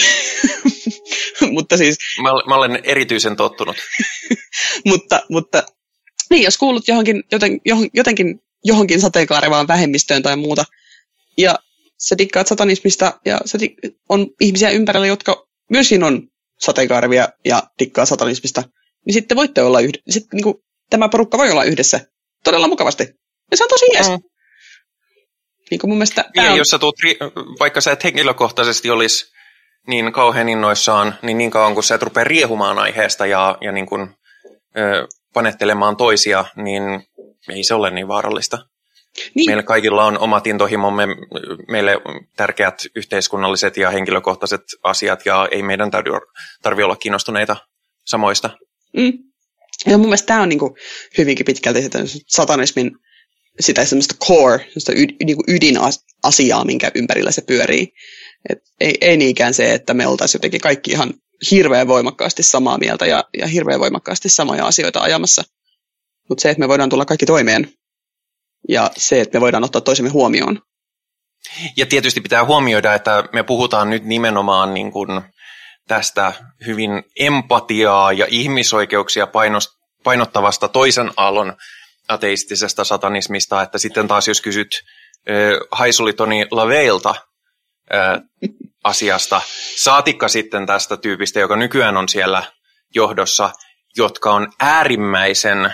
mutta siis, mä, mä olen erityisen tottunut. mutta, mutta niin, jos kuulut johonkin, joten, jotenkin johonkin sateenkaarevaan vähemmistöön tai muuta, ja sä dikkaat satanismista, ja sä dik- on ihmisiä ympärillä, jotka myöskin on sateenkaarevia ja dikkaa satanismista, niin sitten voitte olla yhdessä. Sitten niin kuin, tämä porukka voi olla yhdessä todella mukavasti. Ja se on tosi jees. Mm. Niin kuin mun mielestä ja on... jos sä tuut, vaikka sä et henkilökohtaisesti olisi niin kauhean innoissaan, niin niin kauan kun sä et rupea riehumaan aiheesta ja, ja niin kuin, ö, panettelemaan toisia, niin ei se ole niin vaarallista. Niin. Meillä kaikilla on omat intohimomme, meille tärkeät yhteiskunnalliset ja henkilökohtaiset asiat, ja ei meidän tarvitse olla kiinnostuneita samoista. Mm. Ja mun mielestä tämä on niinku hyvinkin pitkälti sitä satanismin sitä semmoista core, semmoista yd, niinku ydinasiaa, minkä ympärillä se pyörii. Et ei, ei niinkään se, että me oltaisiin jotenkin kaikki ihan hirveän voimakkaasti samaa mieltä ja, ja hirveän voimakkaasti samoja asioita ajamassa. Mutta se, että me voidaan tulla kaikki toimeen ja se, että me voidaan ottaa toisemme huomioon. Ja tietysti pitää huomioida, että me puhutaan nyt nimenomaan niin kuin tästä hyvin empatiaa ja ihmisoikeuksia painottavasta toisen aallon ateistisesta satanismista, että sitten taas jos kysyt äh, Haisuli Tony LaVeilta äh, asiasta, saatikka sitten tästä tyypistä, joka nykyään on siellä johdossa, jotka on äärimmäisen äh,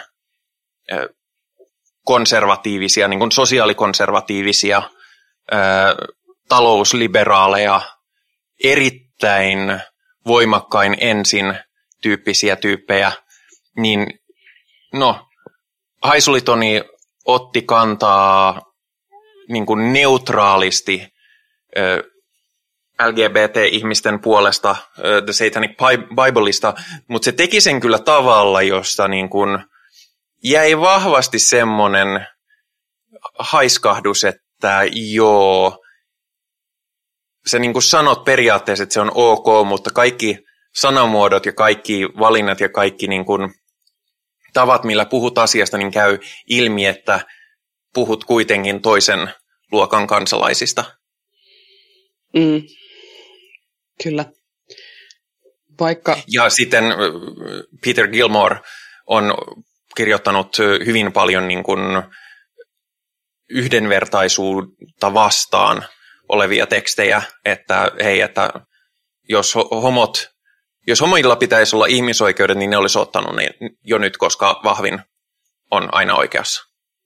konservatiivisia, niin kuin sosiaalikonservatiivisia, äh, talousliberaaleja, erittäin voimakkain ensin tyyppisiä tyyppejä, niin no, Haisuli Tony otti kantaa niin kuin neutraalisti ö, L G B T-ihmisten puolesta ö, The Satanic Bibleista, mutta se teki sen kyllä tavalla, jossa niin kuin jäi vahvasti semmoinen haiskahdus, että joo, sä niin kuin sanot periaatteessa, että se on ok, mutta kaikki sanamuodot ja kaikki valinnat ja kaikki niin kuin tavat, millä puhut asiasta, niin käy ilmi, että puhut kuitenkin toisen luokan kansalaisista. Mm. Kyllä. Vaikka... Ja sitten Peter Gilmore on kirjoittanut hyvin paljon niin kuin yhdenvertaisuutta vastaan olevia tekstejä, että hei, että jos homot, jos homoilla pitäisi olla ihmisoikeudet, niin ne olisi ottanut ne jo nyt, koska vahvin on aina oikeassa.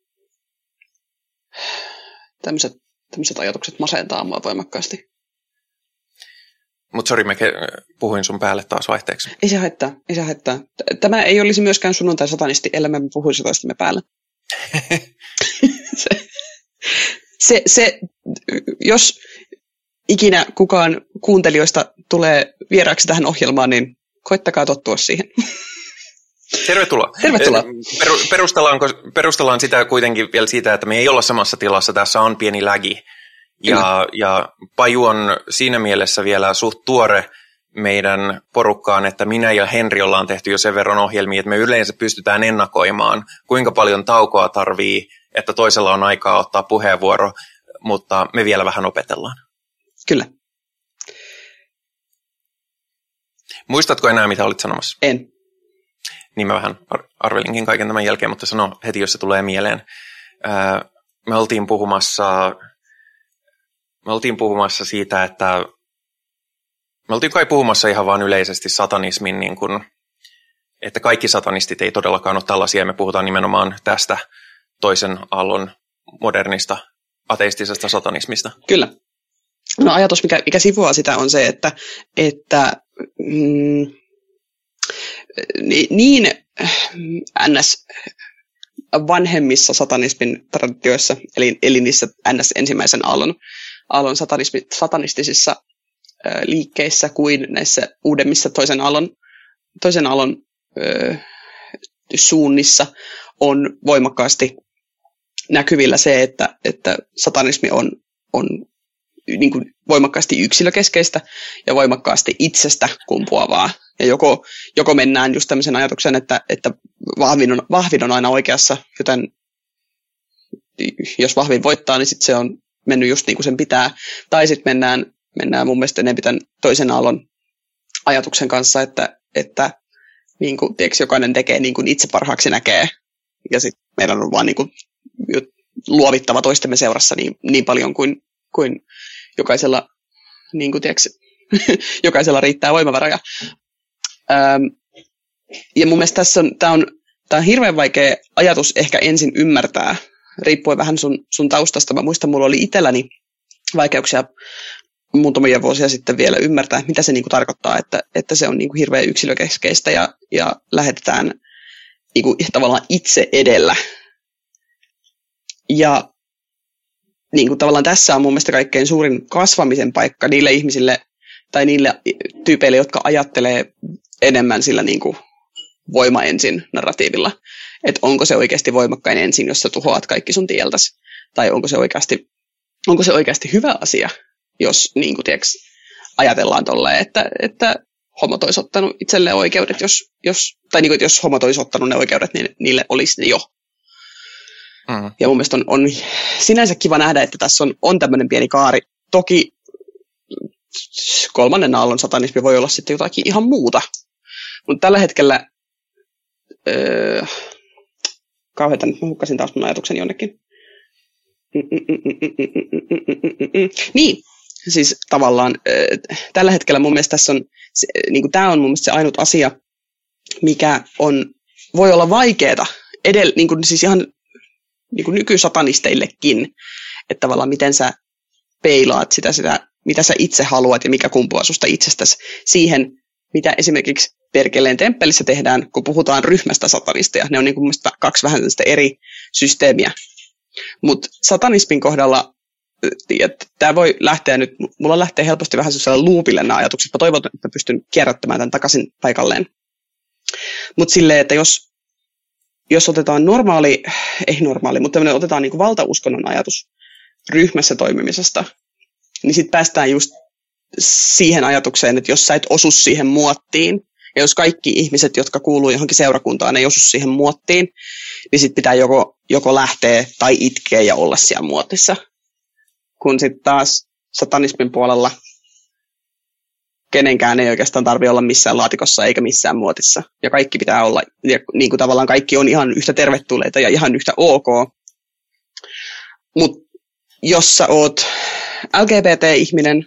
Tämmöiset, tämmöiset ajatukset masentaa mua voimakkaasti. Mutta sori, mä puhuin sun päälle taas vaihteeksi. Ei se haittaa, ei se haittaa. Tämä ei olisi myöskään sunnuntai-satanisti, ellei me puhuisi toistamme päälle. se, se, se, jos ikinä kukaan kuuntelijoista tulee vieraaksi tähän ohjelmaan, niin koittakaa tottua siihen. Tervetuloa. Tervetuloa. Perustellaanko, perustellaan sitä kuitenkin vielä siitä, että me ei olla samassa tilassa. Tässä on pieni lägi. Ja, ja Paju on siinä mielessä vielä suht tuore meidän porukkaan, että minä ja Henri ollaan tehty jo sen verran ohjelmia, että me yleensä pystytään ennakoimaan, kuinka paljon taukoa tarvii, että toisella on aikaa ottaa puheenvuoro, mutta me vielä vähän opetellaan. Kyllä. Muistatko enää, mitä olit sanomassa? En. Niin mä vähän arvelinkin kaiken tämän jälkeen, mutta sano heti, jos se tulee mieleen. Me oltiin puhumassa... Me oltiin puhumassa siitä, että me oltiin kai puhumassa ihan vaan yleisesti satanismin, niin kuin, että kaikki satanistit ei todellakaan ole tällaisia. Me puhutaan nimenomaan tästä toisen aallon modernista ateistisesta satanismista. Kyllä. No ajatus, mikä, mikä sivuaa sitä, on se, että, että mm, niin ns. Vanhemmissa satanismin traditioissa, eli, eli niissä ns. Ensimmäisen aallon, aallon satanistisissa ö, liikkeissä kuin näissä uudemmissa toisen aallon, toisen aallon ö, suunnissa on voimakkaasti näkyvillä se, että, että satanismi on, on niin kuin voimakkaasti yksilökeskeistä ja voimakkaasti itsestä kumpuavaa. Ja joko, joko mennään just tämmöisen ajatuksen, että, että vahvin, on, vahvin on aina oikeassa, joten jos vahvin voittaa, niin sitten se on mennyt just niin kuin sen pitää. Tai sitten mennään, mennään mun mielestä enemmän tämän toisen aallon ajatuksen kanssa, että, että niin kuin, tiiäks, jokainen tekee niin kuin itse parhaaksi näkee. Ja sitten meidän on vaan niin kuin luovittava toistemme seurassa niin, niin paljon kuin, kuin jokaisella, niin kuin, tiiäks, jokaisella riittää voimavaroja. Ähm, ja mun mielestä tässä on, tää on, tää on hirveän vaikea ajatus ehkä ensin ymmärtää, riippuen vähän sun, sun taustasta. Mä muistan, mulla oli itselläni vaikeuksia muutamia vuosia sitten vielä ymmärtää, mitä se niinku tarkoittaa, että, että se on niinku hirveän yksilökeskeistä ja, ja lähetetään niinku tavallaan itse edellä. Ja niinku tavallaan tässä on mun mielestä kaikkein suurin kasvamisen paikka niille ihmisille tai niille tyypeille, jotka ajattelee enemmän sillä niinku voima ensin narratiivilla. Että onko se oikeasti voimakkain ensin, jos sä tuhoat kaikki sun tieltäsi. Tai onko se oikeasti, onko se oikeasti hyvä asia, jos niin kuin, tiiäks, ajatellaan tolleen, että, että homot olisi ottanut itselleen oikeudet, jos, jos, tai niin kuin, jos homot olisi ottanut ne oikeudet, niin niille olisi ne jo. Mm. Ja mun mielestä on, on sinänsä kiva nähdä, että tässä on, on tämmöinen pieni kaari. Toki kolmannen aallon satanismi voi olla sitten jotakin ihan muuta. Mutta tällä hetkellä, öö, kauheeta, nyt mä hukkasin taas mun ajatuksen jonnekin. Niin, siis tavallaan tällä hetkellä mun mielestä tässä on, niin kuin tämä on mun mielestä se ainut asia, mikä on, voi olla vaikeeta, edellä, niin kuin, siis ihan niin kuin nykysatanisteillekin, että tavallaan miten sä peilaat sitä, sitä, mitä sä itse haluat ja mikä kumpuaa susta itsestäsi siihen, mitä esimerkiksi Perkeleen temppelissä tehdään, kun puhutaan ryhmästä satanisteja. Ne on niin kuin mun mielestä kaksi vähän eri systeemiä, Mutta satanismin kohdalla, tämä voi lähteä nyt, mulla lähtee helposti vähän sellaisella loopille nämä ajatukset. Mä toivon, että mä pystyn kierrättämään tämän takaisin paikalleen. Mutta silleen, että jos, jos otetaan normaali, ei normaali, mutta otetaan niin kuin valtauskonnon ajatus ryhmässä toimimisesta, niin sitten päästään just siihen ajatukseen, että jos sä et osu siihen muottiin, ja jos kaikki ihmiset, jotka kuuluu johonkin seurakuntaan, ei osu siihen muottiin, niin sitten pitää joko, joko lähteä tai itkeä ja olla siellä muotissa. Kun sitten taas satanismin puolella kenenkään ei oikeastaan tarvitse olla missään laatikossa eikä missään muotissa. Ja kaikki pitää olla, ja niin kuin tavallaan kaikki on ihan yhtä tervetulleita ja ihan yhtä ok. Mutta jos sä oot L G B T-ihminen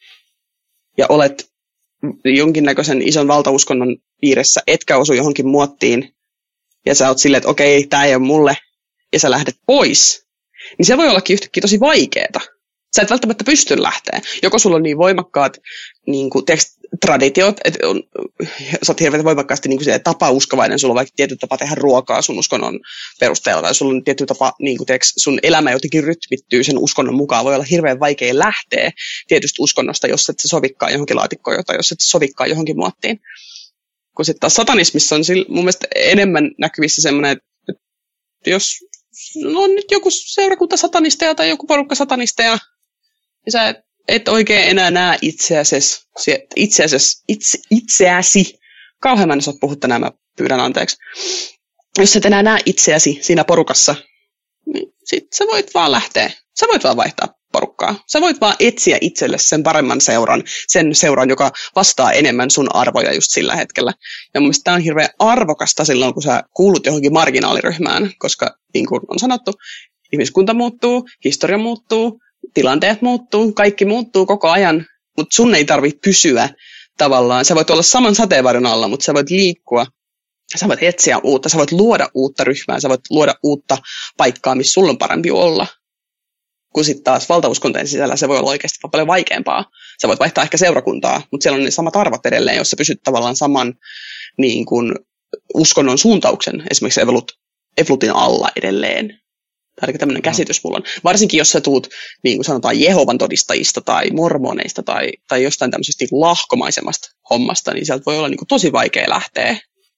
ja olet jonkinnäköisen ison valtauskonnon piirissä, etkä osu johonkin muottiin, ja sä oot silleen, että okei, tää ei ole mulle, ja sä lähdet pois, niin se voi ollakin yhtäkkiä tosi vaikeeta. Sä et välttämättä pysty lähteä. Joko sulla on niin voimakkaat niin kuin, tekst, traditiot, että on, sä oot hirveän voimakkaasti niin kuin, tapauskovainen, sulla on vaikka tietty tapa tehdä ruokaa sun uskonnon perusteella, tai sulla on tietty tapa, niin kuin, tekst, sun elämä jotenkin rytmittyy sen uskonnon mukaan. Voi olla hirveän vaikea lähteä tietystä uskonnosta, jos et se sovikkaa johonkin laatikkoon, tai jos et se sovikkaa johonkin muottiin. Kun sitten taas satanismissa on sillä, mun mielestä enemmän näkyvissä semmoinen, että jos on nyt joku seurakunta satanisteja tai joku porukka satanisteja, ja sä et, et oikein enää näe itseäsi, itseäsi, itse, itseäsi, kauhean mä en osaa puhua tänään, mä pyydän anteeksi. Jos et enää näe itseäsi siinä porukassa, niin sit sä voit vaan lähteä. Sä voit vaan vaihtaa porukkaa. Sä voit vaan etsiä itselle sen paremman seuran, sen seuran, joka vastaa enemmän sun arvoja just sillä hetkellä. Ja mun mielestä tää on hirveän arvokasta silloin, kun sä kuulut johonkin marginaaliryhmään, koska niin kuin on sanottu, ihmiskunta muuttuu, historia muuttuu, tilanteet muuttuu, kaikki muuttuu koko ajan, mutta sun ei tarvitse pysyä tavallaan. Sä voit olla saman sateenvarjon alla, mutta sä voit liikkua, sä voit etsiä uutta, sä voit luoda uutta ryhmää, sä voit luoda uutta paikkaa, missä sulla on parempi olla. Kun sitten taas valtauskontojen sisällä se voi olla oikeasti paljon vaikeampaa. Sä voit vaihtaa ehkä seurakuntaa, mutta siellä on ne samat arvot edelleen, jos sä pysyt tavallaan saman niin kuin, uskonnon suuntauksen, esimerkiksi evolut, evolutin alla edelleen. Tai tämmöinen käsitys mulla on. Varsinkin jos sä tuut, niin kuin sanotaan, Jehovan todistajista tai mormoneista tai, tai jostain tämmöisestä niin lahkomaisemmasta hommasta, niin sieltä voi olla niin kuin tosi vaikea lähteä.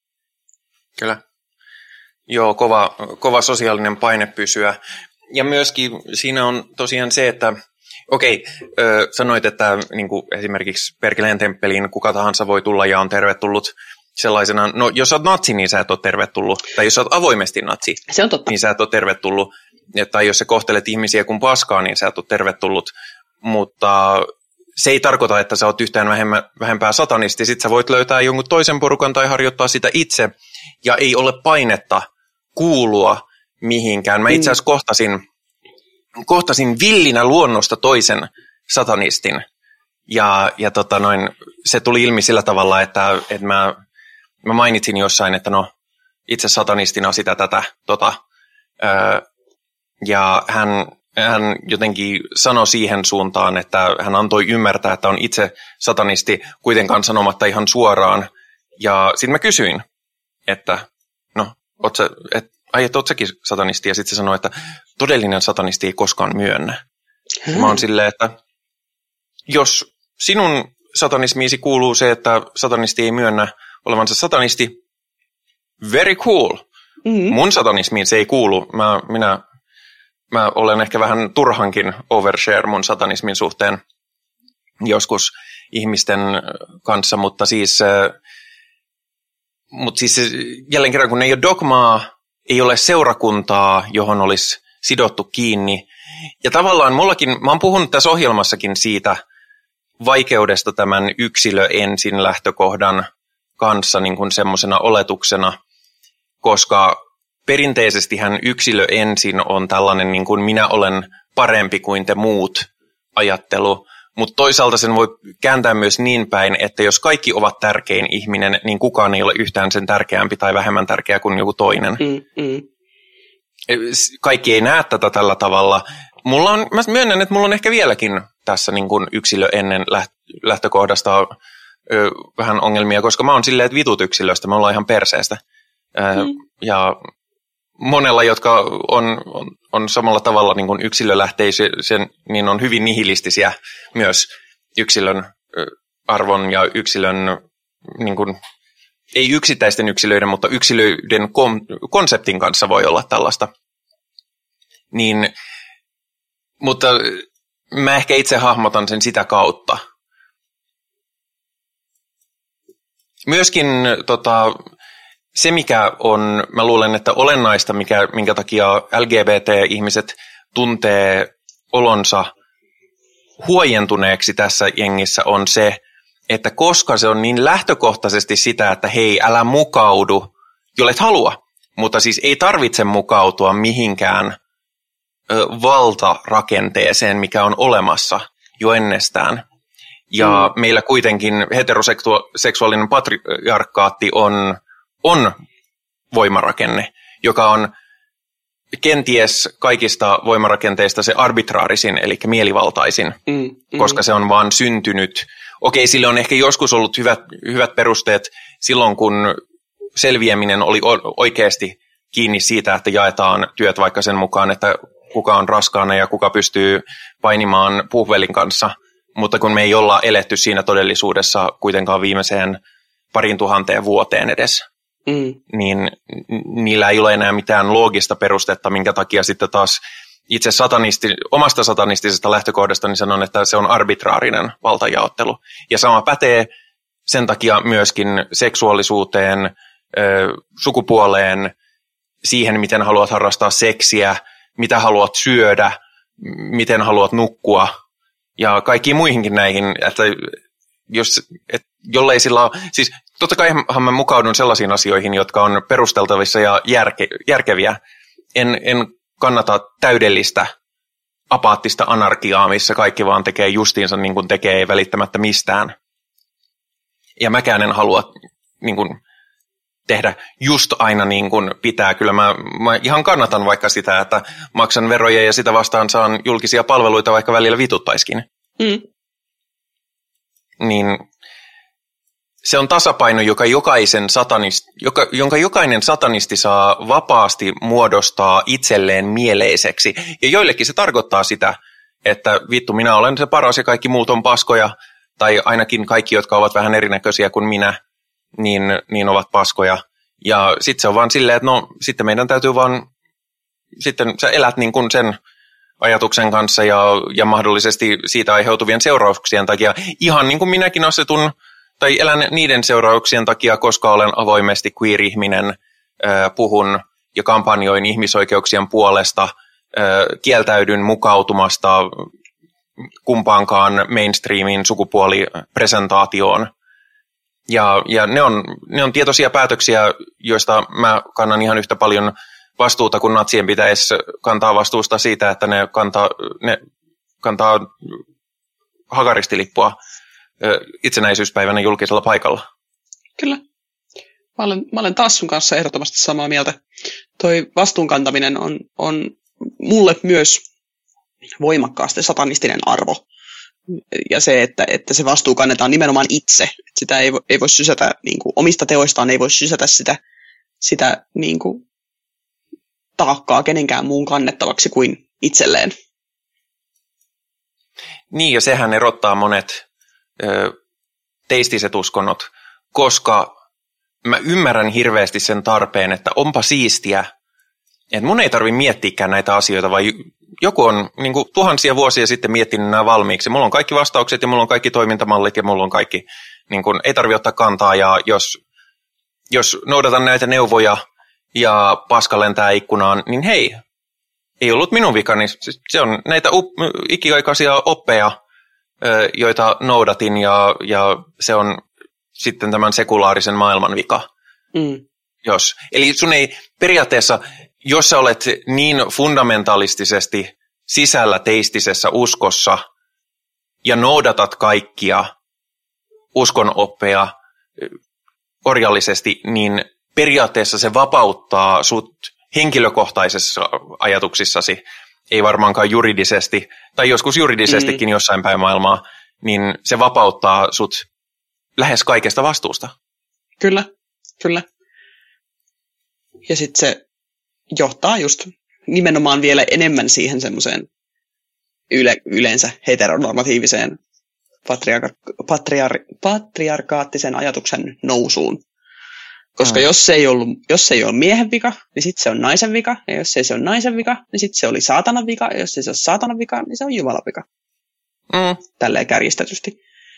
Kyllä. Joo, kova, kova sosiaalinen paine pysyä. Ja myöskin siinä on tosiaan se, että okei, ö, sanoit, että niin kuin esimerkiksi Perkeleen temppeliin kuka tahansa voi tulla ja on tervetullut sellaisena, no jos olet natsi, niin sä et ole tervetullut, tai jos olet avoimesti natsi, se on totta. Niin sä et ole tervetullut, tai jos sä kohtelet ihmisiä kuin paskaa, niin sä et ole tervetullut, mutta se ei tarkoita, että sä oot yhtään vähemmän, vähempää satanisti, sit sä voit löytää jonkun toisen porukan tai harjoittaa sitä itse, ja ei ole painetta kuulua mihinkään. Mä itse asiassa kohtasin, kohtasin villinä luonnosta toisen satanistin, ja, ja tota noin, se tuli ilmi sillä tavalla, että, että mä, mä mainitsin jossain, että no itse satanistina sitä tätä, tota, öö, ja hän, hän jotenkin sanoi siihen suuntaan, että hän antoi ymmärtää, että on itse satanisti, kuitenkaan sanomatta ihan suoraan, ja sitten mä kysyin, että no, oot sä, et, ai, et oot säkin satanisti, ja sitten se sanoi, että todellinen satanisti ei koskaan myönnä. Hmm. Mä oon silleen, että jos sinun satanismiisi kuuluu se, että satanisti ei myönnä olevansa satanisti, very cool. Mm-hmm. Mun satanismiin se ei kuulu. Mä, minä, mä olen ehkä vähän turhankin overshare mun satanismin suhteen joskus ihmisten kanssa, mutta siis, mutta siis jälleen kerran, kun ei ole dogmaa, ei ole seurakuntaa, johon olisi sidottu kiinni. Ja tavallaan mullakin, mä oon puhunut tässä ohjelmassakin siitä vaikeudesta tämän yksilö ensin lähtökohdan kanssa niin kuin semmoisena oletuksena, koska perinteisestihän yksilö ensin on tällainen niin kuin minä olen parempi kuin te muut ajattelu, mutta toisaalta sen voi kääntää myös niin päin, että jos kaikki ovat tärkein ihminen, niin kukaan ei ole yhtään sen tärkeämpi tai vähemmän tärkeä kuin joku toinen. Mm, mm. Kaikki ei näe tätä tällä tavalla. Mulla on, mä myönnän, että mulla on ehkä vieläkin tässä niin kuin yksilö ennen lähtökohdasta ö, vähän ongelmia, koska mä oon silleen, että vitut yksilöstä, me ollaan ihan perseestä. Ö, mm. Ja monella, jotka on, on, on samalla tavalla niin kuin yksilölähteisen, niin on hyvin nihilistisiä myös yksilön arvon ja yksilön, niin kuin, ei yksittäisten yksilöiden, mutta yksilöiden kom, konseptin kanssa voi olla tällaista. Niin, mutta mä ehkä itse hahmotan sen sitä kautta. Myöskin tota, se, mikä on, mä luulen, että olennaista, mikä, minkä takia L G B T-ihmiset tuntee olonsa huojentuneeksi tässä jengissä, on se, että koska se on niin lähtökohtaisesti sitä, että hei, älä mukaudu, jollet halua, mutta siis ei tarvitse mukautua mihinkään ö, valtarakenteeseen, mikä on olemassa jo ennestään. Ja mm. meillä kuitenkin heteroseksuaalinen patriarkaatti on, on voimarakenne, joka on kenties kaikista voimarakenteista se arbitraarisin, eli mielivaltaisin, mm. Mm. koska se on vaan syntynyt. Okei, sille on ehkä joskus ollut hyvät, hyvät perusteet silloin, kun selviäminen oli oikeasti kiinni siitä, että jaetaan työt vaikka sen mukaan, että kuka on raskaana ja kuka pystyy painimaan puhvelin kanssa. Mutta kun me ei olla eletty siinä todellisuudessa kuitenkaan viimeiseen parin tuhanteen vuoteen edes, mm. niin niillä ei ole enää mitään loogista perustetta, minkä takia sitten taas itse satanisti, omasta satanistisesta lähtökohdasta niin sanon, että se on arbitraarinen valtajaottelu. Ja sama pätee sen takia myöskin seksuaalisuuteen, sukupuoleen, siihen, miten haluat harrastaa seksiä, mitä haluat syödä, miten haluat nukkua ja kaikkiin muihinkin näihin, että jos, et, jollei sillä ole, siis totta kaihan mä mukaudun sellaisiin asioihin, jotka on perusteltavissa ja järke, järkeviä. En, en kannata täydellistä apaattista anarkiaa, missä kaikki vaan tekee justiinsa niin kuin tekee, ei välittämättä mistään. Ja mäkään en halua niin kuin tehdä just aina niin kuin pitää. Kyllä mä, mä ihan kannatan vaikka sitä, että maksan veroja ja sitä vastaan saan julkisia palveluita, vaikka välillä vituttaisikin. Mm. Niin se on tasapaino, joka jokaisen satanist, joka, jonka jokainen satanisti saa vapaasti muodostaa itselleen mieleiseksi. Ja joillekin se tarkoittaa sitä, että vittu, minä olen se paras ja kaikki muut on paskoja, tai ainakin kaikki, jotka ovat vähän erinäköisiä kuin minä, niin, niin ovat paskoja. Ja sitten se on vaan silleen, että no sitten meidän täytyy vaan, sitten sä elät niin kuin sen ajatuksen kanssa ja, ja mahdollisesti siitä aiheutuvien seurauksien takia. Ihan niin kuin minäkin asetun, tai elän niiden seurauksien takia, koska olen avoimesti queer-ihminen, äh, puhun ja kampanjoin ihmisoikeuksien puolesta, äh, kieltäydyn mukautumasta kumpaankaan mainstreamin sukupuolipresentaatioon. Ja, ja ne, on, ne on tietoisia päätöksiä, joista mä kannan ihan yhtä paljon vastuuta, kun natsien pitäisi kantaa vastuusta siitä, että ne kantaa, ne kantaa hakaristilipua itsenäisyyspäivänä julkisella paikalla. Kyllä. Mä olen, mä olen taas sun kanssa ehdottomasti samaa mieltä. Toi vastuunkantaminen on, on mulle myös voimakkaasti satanistinen arvo. Ja se, että, että se vastuu kannetaan nimenomaan itse. Sitä ei, ei voi sysätä, niin kuin, omista teoistaan ei voi sysätä sitä, sitä niin kuin, taakkaa kenenkään muun kannettavaksi kuin itselleen. Niin, ja sehän erottaa monet ö, teistiset uskonnot, koska mä ymmärrän hirveästi sen tarpeen, että onpa siistiä, että mun ei tarvitse miettiäkään näitä asioita, vaan joku on niin kuin tuhansia vuosia sitten miettinyt nämä valmiiksi. Mulla on kaikki vastaukset ja mulla on kaikki toimintamallit ja mulla on kaikki, niin kuin, ei tarvitse ottaa kantaa. Ja jos, jos noudatan näitä neuvoja ja paska lentää ikkunaan, niin hei, ei ollut minun vikani. Se on näitä up- ikiaikaisia oppeja, joita noudatin ja, ja se on sitten tämän sekulaarisen maailman vika. Mm. Jos. Eli sun ei periaatteessa, jos sä olet niin fundamentalistisesti sisällä teistisessä uskossa ja noudatat kaikkia uskonoppeja orjallisesti, niin periaatteessa se vapauttaa sut henkilökohtaisessa ajatuksissasi, ei varmaankaan juridisesti, tai joskus juridisestikin mm. jossain päin maailmaa, niin se vapauttaa sut lähes kaikesta vastuusta. Kyllä, kyllä. Ja sitten se, johtaa just nimenomaan vielä enemmän siihen semmoiseen yle, yleensä heteronormatiiviseen patriarka- patriar- patriarkaattiseen ajatuksen nousuun. Koska mm. jos, se ei ollut, jos se ei ole miehen vika, niin sitten se on naisen vika. Ja jos ei se ole naisen vika, niin sitten se oli saatanan vika. Ja jos ei se ole saatanan vika, niin se on Jumalan vika. Mm. Tälleen kärjistetysti.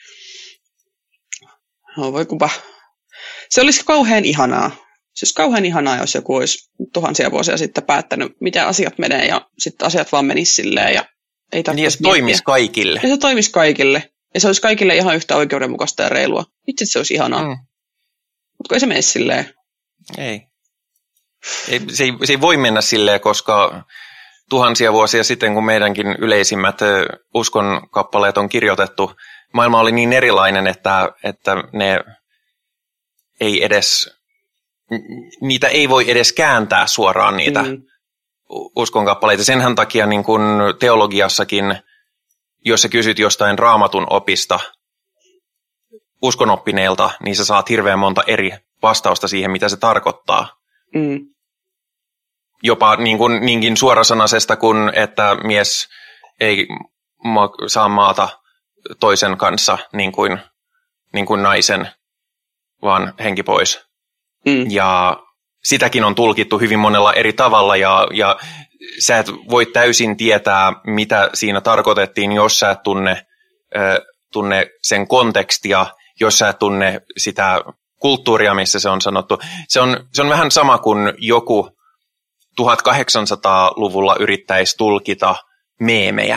No voi kupa. Se olisi kauhean ihanaa. Se olisi kauhean ihanaa, jos joku olisi tuhansia vuosia sitten päättänyt, miten asiat menee. Ja sitten asiat vaan menisi silleen. Ja ei niin se toimisi kaikille. Ja se toimisi kaikille. Ja se olisi kaikille ihan yhtä oikeudenmukaista ja reilua. Itse se olisi ihanaa. Mm. Mutta ei se mene silleen. Ei. ei, se ei. Se ei voi mennä silleen, koska tuhansia vuosia sitten, kun meidänkin yleisimmät uskonkappaleet on kirjoitettu, maailma oli niin erilainen, että, että ne ei edes, niitä ei voi edes kääntää suoraan niitä mm. uskonkappaleita. Senhän takia niin kun teologiassakin, jos sä kysyt jostain raamatun opista, uskonoppineilta, niin sä saat hirveän monta eri vastausta siihen, mitä se tarkoittaa. Mm. Jopa niin kuin, niinkin suorasanaisesta kuin, että mies ei ma- saa maata toisen kanssa niin kuin, niin kuin naisen, vaan henki pois. Mm. Ja sitäkin on tulkittu hyvin monella eri tavalla, ja, ja sä et voi täysin tietää, mitä siinä tarkoitettiin, jos sä et tunne, äh, tunne sen kontekstia, jos sä et tunne sitä kulttuuria, missä se on sanottu. Se on, se on vähän sama kuin joku tuhatkahdeksansataaluvulla yrittäisi tulkita meemejä.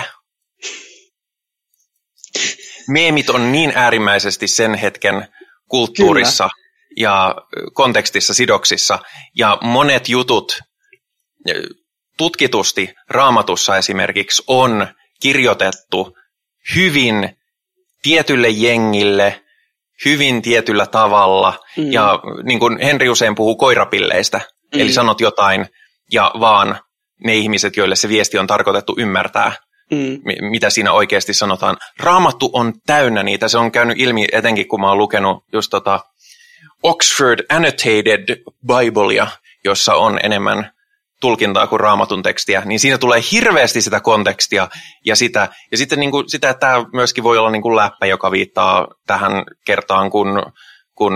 Meemit on niin äärimmäisesti sen hetken kulttuurissa Kyllä. ja kontekstissa sidoksissa, ja monet jutut tutkitusti Raamatussa esimerkiksi on kirjoitettu hyvin tietylle jengille, hyvin tietyllä tavalla, mm. ja niin kuin Henri usein puhuu koirapilleistä, mm. eli sanot jotain, ja vaan ne ihmiset, joille se viesti on tarkoitettu ymmärtää, mm. mitä siinä oikeasti sanotaan. Raamattu on täynnä niitä, se on käynyt ilmi etenkin, kun mä oon lukenut just tota Oxford Annotated Biblea, jossa on enemmän tulkintaa kuin Raamatun tekstiä, niin siinä tulee hirveästi sitä kontekstia ja sitä, ja sitten niin kuin sitä, että tämä myöskin voi olla niin kuin läppä, joka viittaa tähän kertaan, kun, kun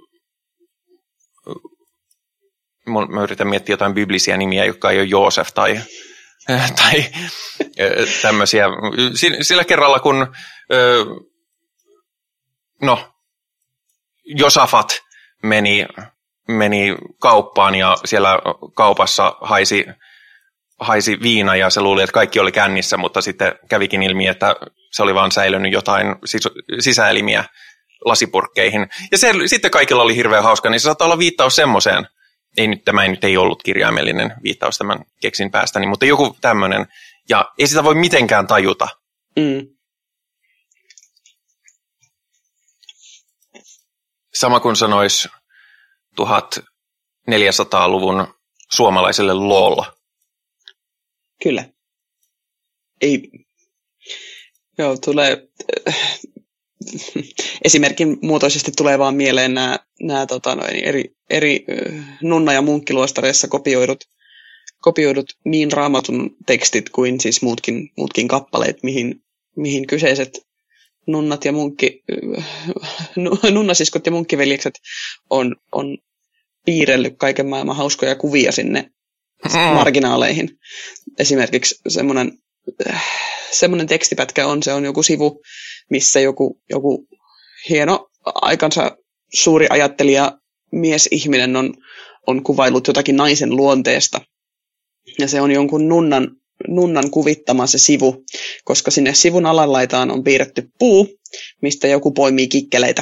mä yritän miettiä jotain biblisiä nimiä, jotka ei ole Joosef tai, tai tämmöisiä. Sillä kerralla, kun no, Josafat meni meni kauppaan ja siellä kaupassa haisi, haisi viina ja se luuli, että kaikki oli kännissä, mutta sitten kävikin ilmi, että se oli vaan säilynyt jotain sis- sisäelimiä lasipurkkeihin. Ja se, sitten kaikilla oli hirveän hauska, niin se saattaa olla viittaus semmoiseen. Ei nyt, tämä ei nyt ei ollut kirjaimellinen viittaus tämän keksin päästäni, mutta joku tämmöinen. Ja ei sitä voi mitenkään tajuta. Mm. Sama kuin sanoisi tuhatneljäsataaluvun suomalaiselle lol. Kyllä. Ei. Joo, tulee esimerkin muotoisesti tulee vaan mieleen nämä, nämä tota, noin, eri, eri nunna- ja munkkiluostareissa kopioidut, kopioidut niin Raamatun tekstit kuin siis muutkin, muutkin kappaleet, mihin, mihin kyseiset nunnat ja munkki, nunnasiskot ja munkkiveljekset on, on piirrellyt kaiken maailman hauskoja kuvia sinne mm. marginaaleihin. Esimerkiksi semmoinen, semmoinen tekstipätkä on, se on joku sivu, missä joku, joku hieno aikansa suuri ajattelija miesihminen on, on kuvaillut jotakin naisen luonteesta. Ja se on jonkun nunnan, nunnan kuvittama se sivu, koska sinne sivun alanlaitaan on piirretty puu, mistä joku poimii kikkeleitä.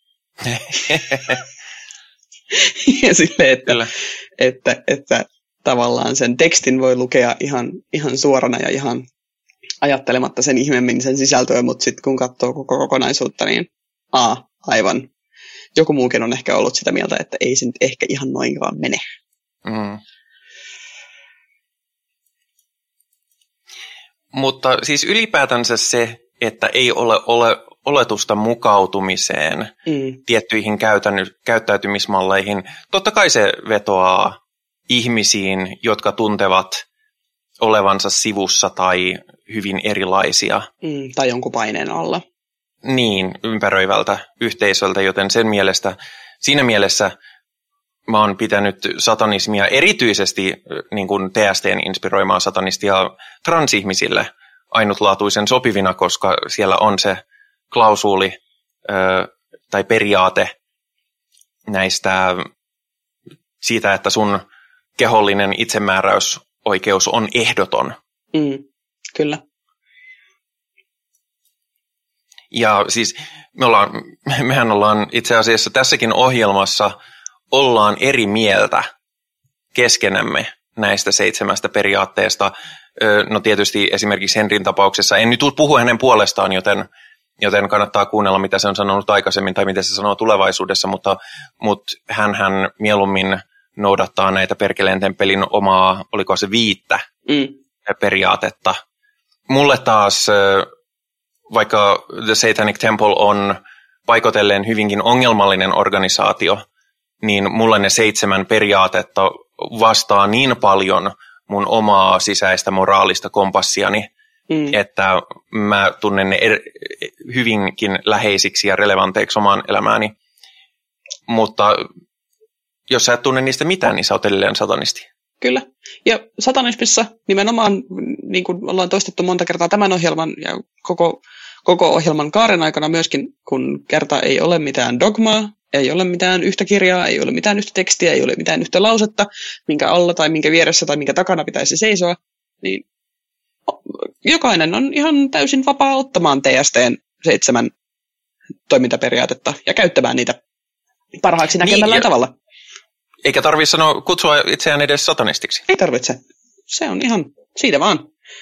Ja silleen, että, että, että tavallaan sen tekstin voi lukea ihan, ihan suorana ja ihan ajattelematta sen ihmeemmin sen sisältöä, mutta sitten kun katsoo koko kokonaisuutta, niin a, aivan. Joku muukin on ehkä ollut sitä mieltä, että ei se nyt ehkä ihan noinkaan mene. Mm. Mutta siis ylipäätänsä se, että ei ole, ole oletusta mukautumiseen mm. tiettyihin käytäny, käyttäytymismalleihin, totta kai se vetoaa ihmisiin, jotka tuntevat olevansa sivussa tai hyvin erilaisia. Mm, tai jonkun paineen alla. Niin, ympäröivältä yhteisöltä, joten sen mielestä, siinä mielessä mä oon pitänyt satanismia erityisesti niin kuin T S T:n inspiroimaa satanistia transihmisille ainutlaatuisen sopivina, koska siellä on se klausuuli ö, tai periaate näistä siitä, että sun kehollinen itsemääräysoikeus on ehdoton. Mm, kyllä. Ja siis me ollaan, mehän ollaan itse asiassa tässäkin ohjelmassa ollaan eri mieltä keskenämme näistä seitsemästä periaatteesta. No tietysti esimerkiksi Henrin tapauksessa, en nyt puhu hänen puolestaan, joten, joten kannattaa kuunnella, mitä se on sanonut aikaisemmin tai mitä se sanoo tulevaisuudessa, mutta, mutta hänhän mieluummin noudattaa näitä Perkeleen temppelin omaa, oliko se viittä mm. periaatetta. Mulle taas, vaikka The Satanic Temple on paikoitellen hyvinkin ongelmallinen organisaatio, niin mulle ne seitsemän periaatetta vastaa niin paljon mun omaa sisäistä moraalista kompassiani, mm. että mä tunnen ne er- hyvinkin läheisiksi ja relevanteiksi omaan elämääni. Mutta jos sä et tunne niistä mitään, niin sä oot edelleen satanisti. Kyllä. Ja satanismissa nimenomaan, niin kuin ollaan toistettu monta kertaa tämän ohjelman ja koko, koko ohjelman kaaren aikana myöskin, kun kerta ei ole mitään dogmaa, ei ole mitään yhtä kirjaa, ei ole mitään yhtä tekstiä, ei ole mitään yhtä lausetta, minkä alla tai minkä vieressä tai minkä takana pitäisi seisoa, niin jokainen on ihan täysin vapaa ottamaan T S T:n seitsemän toimintaperiaatetta ja käyttämään niitä parhaaksi näkemällään niin, tavalla. Eikä tarvitse sanoa kutsua itseään edes satanistiksi. Ei tarvitse. Se on ihan siitä vaan.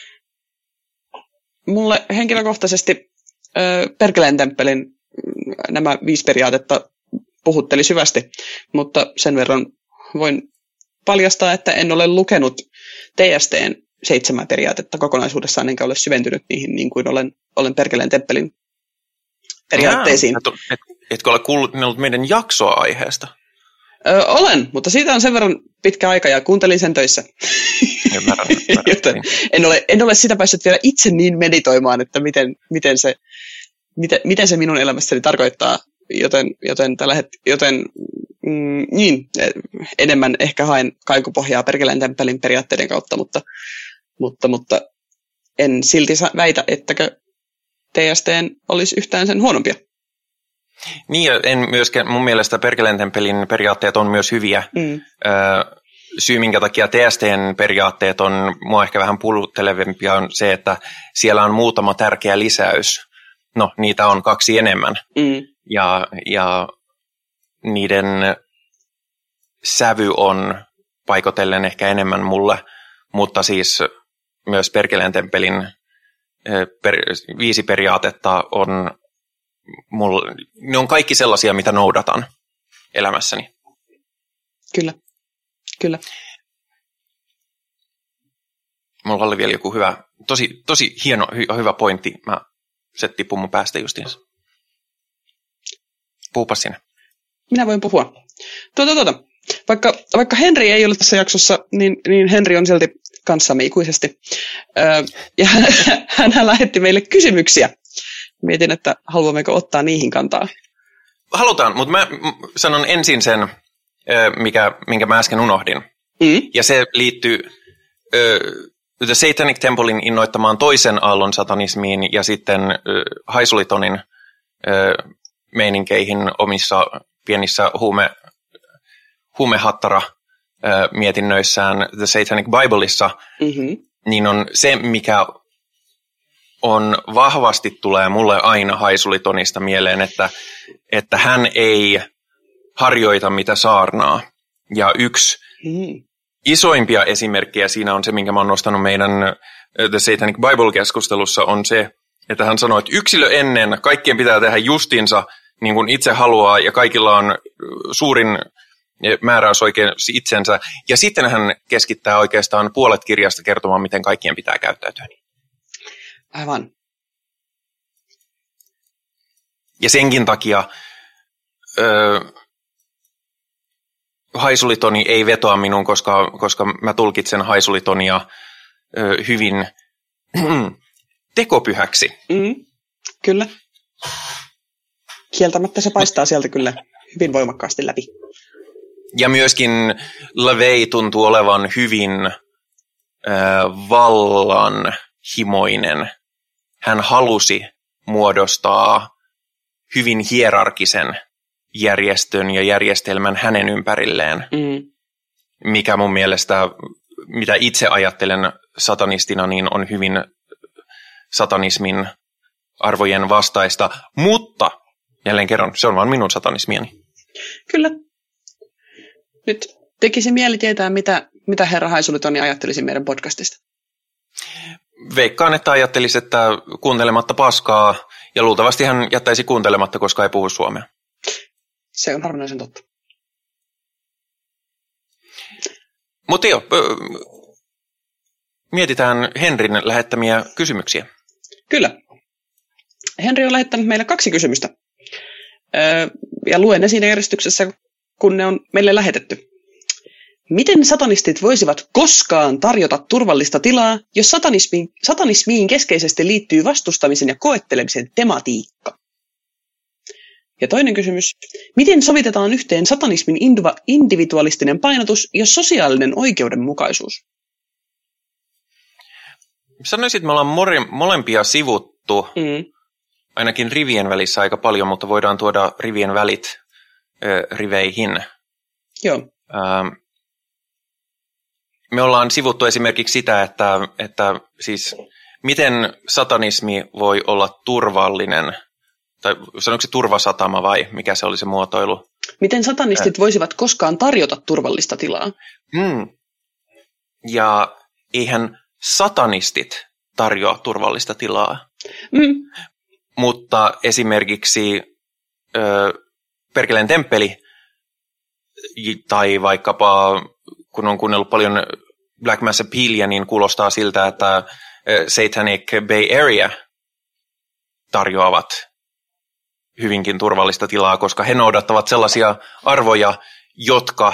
Mulle henkilökohtaisesti äh, Perkeleen temppelin nämä viisi periaatetta puhutteli syvästi, mutta sen verran voin paljastaa, että en ole lukenut T S T:n seitsemän periaatetta kokonaisuudessaan, enkä ole syventynyt niihin niin kuin olen, olen Perkeleen temppelin periaatteisiin. Jaa, et, et, etkö ole kuullut meidän jaksoa aiheesta? Ö, olen, mutta siitä on sen verran pitkä aika ja kuuntelin sen töissä. Ymmärrän, Joten en ole, en ole sitä päässyt vielä itse niin meditoimaan, että miten, miten, se, miten, miten se minun elämässäni tarkoittaa, joten, joten, tällä het, joten mm, niin, enemmän ehkä haen kaikupohjaa Perkeleen temppelin periaatteiden kautta, mutta, mutta, mutta en silti väitä, ettäkö T S T:n olisi yhtään sen huonompia. Niin, ja en myöskään, mun mielestä Perkeleen temppelin periaatteet on myös hyviä. Mm. Öö, syy, minkä takia T S T:n periaatteet on mua ehkä vähän pulluttelevempia, on se, että siellä on muutama tärkeä lisäys. No, niitä on kaksi enemmän. Mm. Ja, ja niiden sävy on paikotellen ehkä enemmän mulle, mutta siis myös Perkeleen temppelin per, viisi periaatetta on mulla, ne on kaikki sellaisia, mitä noudatan elämässäni. Kyllä, kyllä. Mulla oli vielä joku hyvä, tosi, tosi hieno, hy, hyvä pointti. Mä, se tippui mun päästä justiinsa. Puhupas sinne. Minä voin puhua. Tuota, tuota. Vaikka, vaikka Henri ei ole tässä jaksossa, niin, niin Henri on silti kanssamme ikuisesti. Öö, ja hän, hän lähetti meille kysymyksiä. Mietin, että haluammeko ottaa niihin kantaa. Halutaan, mutta mä sanon ensin sen, mikä, minkä mä äsken unohdin. Mm. Ja se liittyy uh, The Satanic Templein innoittamaan toisen aallon satanismiin ja sitten uh, Haisulitonin uh, meininkeihin omissa pienissä huume, huumehattara uh, mietinnöissään The Satanic Bibleissa. Mm-hmm. Niin on se, mikä on vahvasti tulee mulle aina Haisulitonista mieleen, että, että hän ei harjoita mitä saarnaa. Ja yksi mm. isoimpia esimerkkejä siinä on se, minkä mä oon nostanut meidän The Satanic Bible-keskustelussa, on se, että hän sanoi, että yksilö ennen kaikkien pitää tehdä justinsa niin kuin itse haluaa ja kaikilla on suurin määräysoikeus itsensä. Ja sitten hän keskittää oikeastaan puolet kirjasta kertomaan, miten kaikkien pitää käyttäytyä. Aivan. Ja senkin takia, öö, haisulitoni ei vetoa minuun, koska, koska mä tulkitsen haisulitonia ö, hyvin tekopyhäksi. Mm, kyllä. Kieltämättä se paistaa sieltä kyllä hyvin voimakkaasti läpi. Ja myöskin LaVey tuntuu olevan hyvin ö, vallanhimoinen. Hän halusi muodostaa hyvin hierarkisen järjestön ja järjestelmän hänen ympärilleen, mm. mikä mun mielestä, mitä itse ajattelen satanistina, niin on hyvin satanismin arvojen vastaista, mutta jälleen kerran, se on vaan minun satanismiani. Kyllä. Nyt tekisi mieli tietää, mitä, mitä herra Haisulitoni ajattelisi meidän podcastista. Veikkaan, että ajattelisi, että kuuntelematta paskaa, ja luultavasti hän jättäisi kuuntelematta, koska ei puhu suomea. Se on harvinaisen totta. Mutta joo, mietitään Henrin lähettämiä kysymyksiä. Kyllä. Henri on lähettänyt meille kaksi kysymystä. Öö, ja luen ne siinä järjestyksessä, kun ne on meille lähetetty. Miten satanistit voisivat koskaan tarjota turvallista tilaa, jos satanismiin, satanismiin keskeisesti liittyy vastustamisen ja koettelemisen tematiikka? Ja toinen kysymys. Miten sovitetaan yhteen satanismin individualistinen painotus ja sosiaalinen oikeudenmukaisuus? Sanoisin, että me ollaan molempia sivuttu, mm. ainakin rivien välissä aika paljon, mutta voidaan tuoda rivien välit ö, riveihin. Joo. Ähm, me ollaan sivuttu esimerkiksi sitä, että, että siis miten satanismi voi olla turvallinen, tai sanoiko se turvasatama vai mikä se oli se muotoilu? Miten satanistit äh. voisivat koskaan tarjota turvallista tilaa? Mm. Ja eihän satanistit tarjoa turvallista tilaa, mm. mutta esimerkiksi ö, Perkeleen temppeli tai vaikkapa kun on kuunnellut paljon Black Mass Appealia, niin kuulostaa siltä, että Satanic Bay Area tarjoavat hyvinkin turvallista tilaa, koska he noudattavat sellaisia arvoja, jotka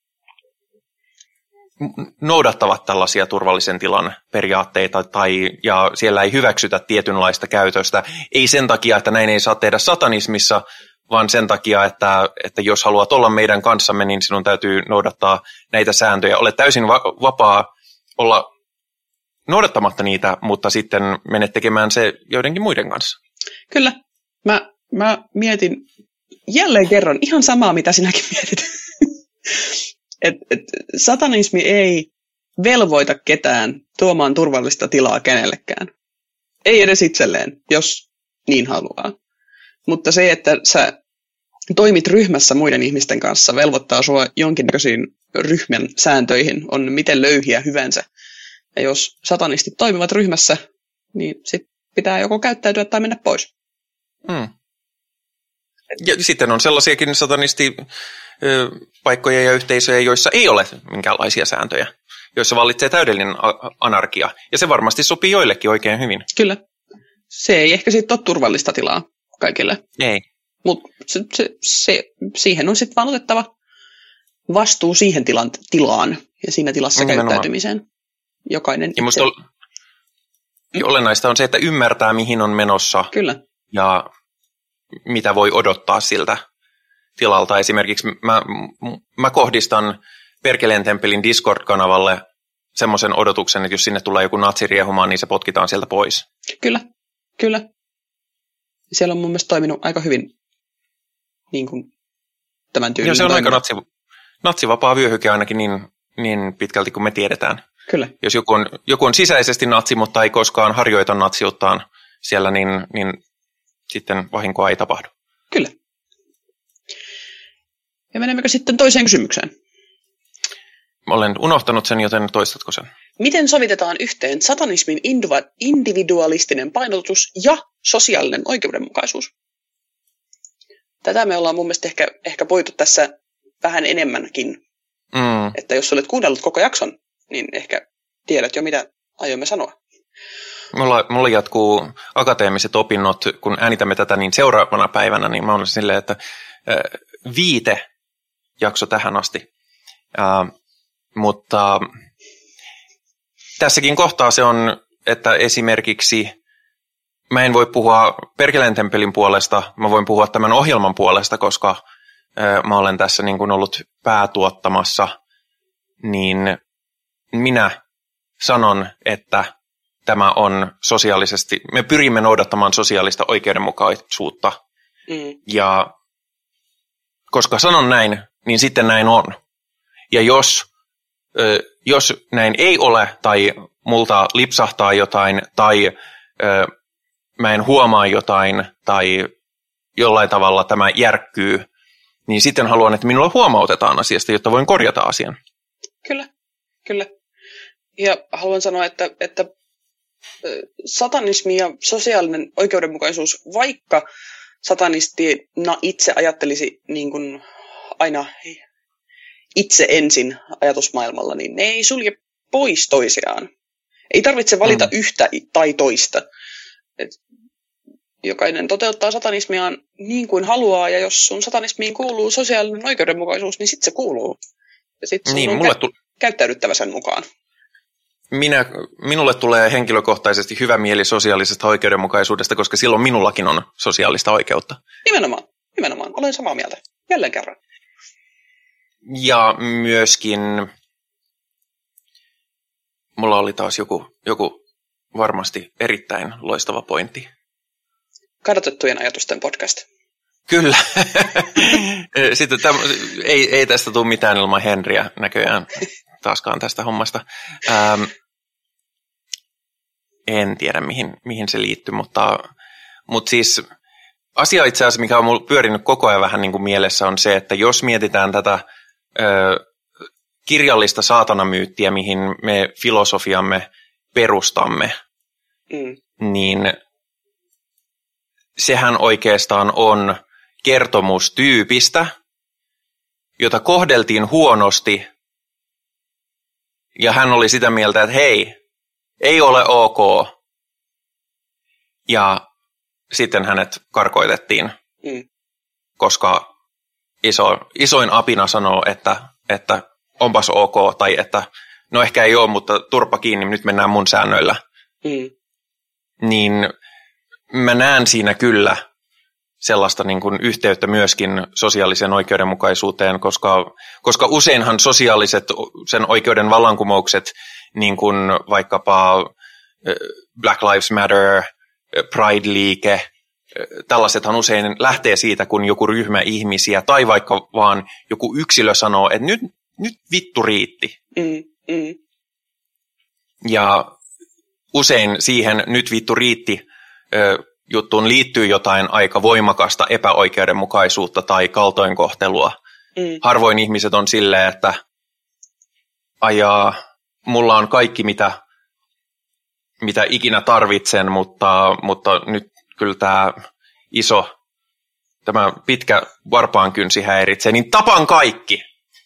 noudattavat tällaisia turvallisen tilan periaatteita, tai, ja siellä ei hyväksytä tietynlaista käytöstä. Ei sen takia, että näin ei saa tehdä satanismissa, vaan sen takia, että, että jos haluat olla meidän kanssamme, niin sinun täytyy noudattaa näitä sääntöjä. Olet täysin va- vapaa olla noudattamatta niitä, mutta sitten menet tekemään se joidenkin muiden kanssa. Kyllä. Mä, mä mietin jälleen kerran ihan samaa, mitä sinäkin mietit. Et, et, satanismi ei velvoita ketään tuomaan turvallista tilaa kenellekään. Ei edes itselleen, jos niin haluaa. Mutta se, että sä toimit ryhmässä muiden ihmisten kanssa, velvoittaa sua jonkinnäköisiin ryhmän sääntöihin, on miten löyhiä hyvänsä. Ja jos satanistit toimivat ryhmässä, niin sit pitää joko käyttäytyä tai mennä pois. Hmm. Ja sitten on sellaisiakin satanistipaikkoja ja yhteisöjä, joissa ei ole minkäänlaisia sääntöjä, joissa vallitsee täydellinen anarkia. Ja se varmasti sopii joillekin oikein hyvin. Kyllä. Se ei ehkä sitten ole turvallista tilaa kaikille. Ei. Mutta se, se, se, siihen on sitten vaan otettava vastuu siihen tilan, tilaan ja siinä tilassa Nimenomaan. Käyttäytymiseen. Jokainen ja itse. Musta olennaista on se, että ymmärtää, mihin on menossa. Kyllä. Ja mitä voi odottaa siltä tilalta. Esimerkiksi mä, mä kohdistan Perkeleen temppelin Discord-kanavalle semmoisen odotuksen, että jos sinne tulee joku natsi riehumaan, niin se potkitaan sieltä pois. Kyllä, kyllä. Siellä on mun mielestä toiminut aika hyvin niin kuin tämän tyylinen. Ja se on aika natsi, natsivapaa vyöhyke ainakin niin, niin pitkälti kuin me tiedetään. Kyllä. Jos joku on, joku on sisäisesti natsi, mutta ei koskaan harjoita natsiuttaan siellä, niin, niin sitten vahinkoa ei tapahdu. Kyllä. Ja menemmekö sitten toiseen kysymykseen? Olen unohtanut sen, joten toistatko sen? Miten sovitetaan yhteen satanismin individualistinen painotus ja sosiaalinen oikeudenmukaisuus? Tätä me ollaan mun mielestä ehkä, ehkä voitu tässä vähän enemmänkin. Mm. Että jos olet kuunnellut koko jakson, niin ehkä tiedät jo, mitä aiomme sanoa. Mulla, mulla jatkuu akateemiset opinnot, kun äänitämme tätä niin seuraavana päivänä, niin mä olen silleen, että äh, viite jakso tähän asti. Ää, mutta tässäkin kohtaa se on, että esimerkiksi mä en voi puhua Perkeleen temppelin puolesta, mä voin puhua tämän ohjelman puolesta, koska ää, mä olen tässä niin kuin ollut päätuottamassa, niin minä sanon, että tämä on sosiaalisesti, me pyrimme noudattamaan sosiaalista oikeudenmukaisuutta. Mm. Ja koska sanon näin, niin sitten näin on. Ja jos, ö, jos näin ei ole, tai multa lipsahtaa jotain, tai ö, mä en huomaa jotain, tai jollain tavalla tämä järkkyy, niin sitten haluan, että minulla huomautetaan asiasta, jotta voin korjata asian. Kyllä, kyllä. Ja haluan sanoa, että, että satanismi ja sosiaalinen oikeudenmukaisuus, vaikka satanistina itse ajattelisi niin kuin aina itse ensin ajatusmaailmalla, niin ne ei sulje pois toisiaan. Ei tarvitse valita mm. yhtä tai toista. Et jokainen toteuttaa satanismiaan niin kuin haluaa, ja jos sun satanismiin kuuluu sosiaalinen oikeudenmukaisuus, niin sitten se kuuluu. Ja sitten sun niin, on mulle kä- tu- käyttäydyttävä sen mukaan. Minä, minulle tulee henkilökohtaisesti hyvä mieli sosiaalisesta oikeudenmukaisuudesta, koska silloin minullakin on sosiaalista oikeutta. Nimenomaan, nimenomaan. Olen samaa mieltä. Jälleen kerran. Ja myöskin, mulla oli taas joku, joku varmasti erittäin loistava pointti. Kadotettujen ajatusten podcast. Kyllä. Sitten täm, ei, ei tästä tule mitään ilman Henriä näköjään taaskaan tästä hommasta. Ähm, en tiedä, mihin, mihin se liittyy, mutta, mutta siis asia itse asiassa, mikä on mulla pyörinyt koko ajan vähän niin kuin mielessä, on se, että jos mietitään tätä ö, kirjallista saatanamyyttiä, mihin me filosofiamme perustamme, mm. niin sehän oikeastaan on kertomus tyypistä, jota kohdeltiin huonosti, ja hän oli sitä mieltä, että hei, ei ole ok, ja sitten hänet karkoitettiin, mm. koska iso, isoin apina sanoo, että, että onpas ok, tai että no ehkä ei ole, mutta turpa kiinni, nyt mennään mun säännöillä. Mm. Niin mä näen siinä kyllä sellaista niin kuin yhteyttä myöskin sosiaaliseen oikeudenmukaisuuteen, koska, koska useinhan sosiaaliset sen oikeuden vallankumoukset, niin kuin vaikkapa Black Lives Matter, Pride-liike, tällaisethan usein lähtee siitä, kun joku ryhmä ihmisiä tai vaikka vaan joku yksilö sanoo, että nyt, nyt vittu riitti. Mm, mm. Ja usein siihen nyt vittu riitti juttuun liittyy jotain aika voimakasta epäoikeudenmukaisuutta tai kaltoinkohtelua. Mm. Harvoin ihmiset on silleen, että ajaa, mulla on kaikki mitä, mitä ikinä tarvitsen, mutta, mutta nyt kyllä tämä iso, tämä pitkä varpaankynsi häiritsee, niin tapan kaikki.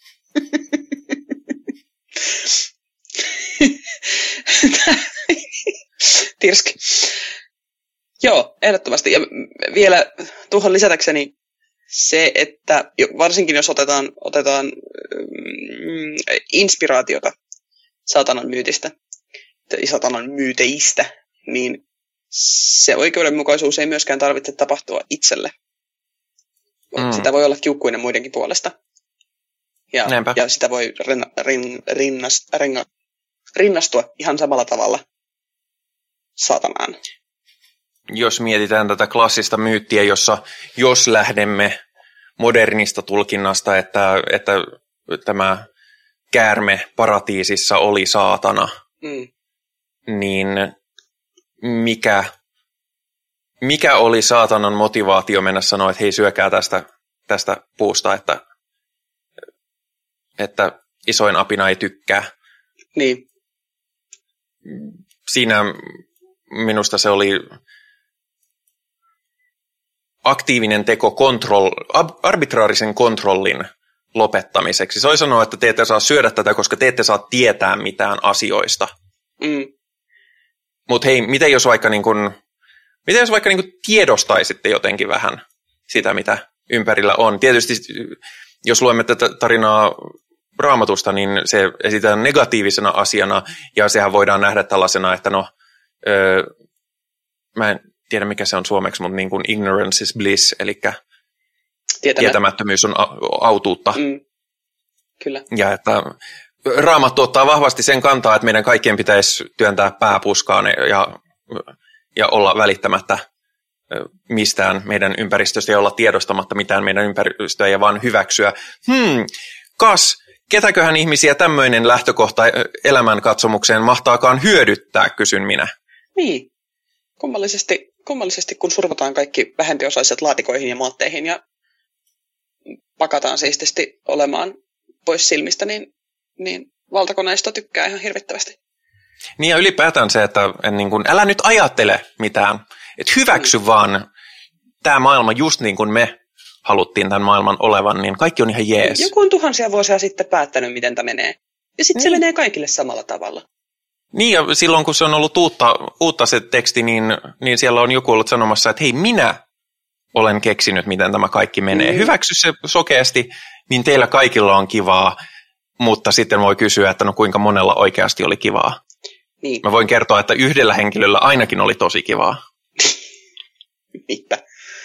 Tirski. Joo, ehdottomasti. Ja vielä tuohon lisätäkseni se, että varsinkin jos otetaan, otetaan mm, inspiraatiota saatanan myytistä, saatanan myyteistä, niin se oikeudenmukaisuus ei myöskään tarvitse tapahtua itselle. Mm. Sitä voi olla kiukkuinen muidenkin puolesta. Ja, ja sitä voi rin, rin, rinnas, renga, rinnastua ihan samalla tavalla saatanaan. Jos mietitään tätä klassista myyttiä, jossa jos lähdemme modernista tulkinnasta, että, että tämä käärme paratiisissa oli saatana, mm. niin mikä, mikä oli saatanan motivaatio mennä sanoa, että hei, syökää tästä, tästä puusta, että, että isoin apina ei tykkää. Niin. Siinä minusta se oli aktiivinen teko kontroll, arbitraarisen kontrollin lopettamiseksi. Se oli sanoa, että te ette saa syödä tätä, koska te ette saa tietää mitään asioista. Mm. Mutta hei, miten jos vaikka, niin kun, miten jos vaikka niin kun tiedostaisitte jotenkin vähän sitä, mitä ympärillä on? Tietysti, jos luemme tätä tarinaa Raamatusta, niin se esitetään negatiivisena asiana, ja sehän voidaan nähdä tällaisena, että no, öö, mä en tiedä mikä se on suomeksi, mutta niin kuin ignorance is bliss, eli Tietämät. tietämättömyys on autuutta. Mm. Kyllä. Ja että Raamattu ottaa vahvasti sen kantaa, että meidän kaikkien pitäisi työntää pääpuskaan ja, ja olla välittämättä mistään meidän ympäristöstä ja olla tiedostamatta mitään meidän ympäristöä ja vaan hyväksyä. Hmm, kas, ketäköhän ihmisiä tämmöinen lähtökohta elämänkatsomukseen mahtaakaan hyödyttää, kysyn minä. Niin, kummallisesti, kummallisesti kun survotaan kaikki vähempiosaiset laatikoihin ja maatteihin ja pakataan siististi olemaan pois silmistä, niin, niin valtakoneisto tykkää ihan hirvittävästi. Niin ja ylipäätään se, että en niin kuin, älä nyt ajattele mitään, että hyväksy mm. vaan tämä maailma just niin kuin me haluttiin tämän maailman olevan, niin kaikki on ihan jees. Joku on tuhansia vuosia sitten päättänyt, miten tämä menee. Ja sitten niin. Se menee kaikille samalla tavalla. Niin ja silloin kun se on ollut uutta, uutta se teksti, niin, niin siellä on joku ollut sanomassa, että hei minä olen keksinyt, miten tämä kaikki menee. Mm. Hyväksy se sokeasti, niin teillä kaikilla on kivaa, mutta sitten voi kysyä, että no kuinka monella oikeasti oli kivaa. Niin. Mä voin kertoa, että yhdellä henkilöllä ainakin oli tosi kivaa. Niinpä.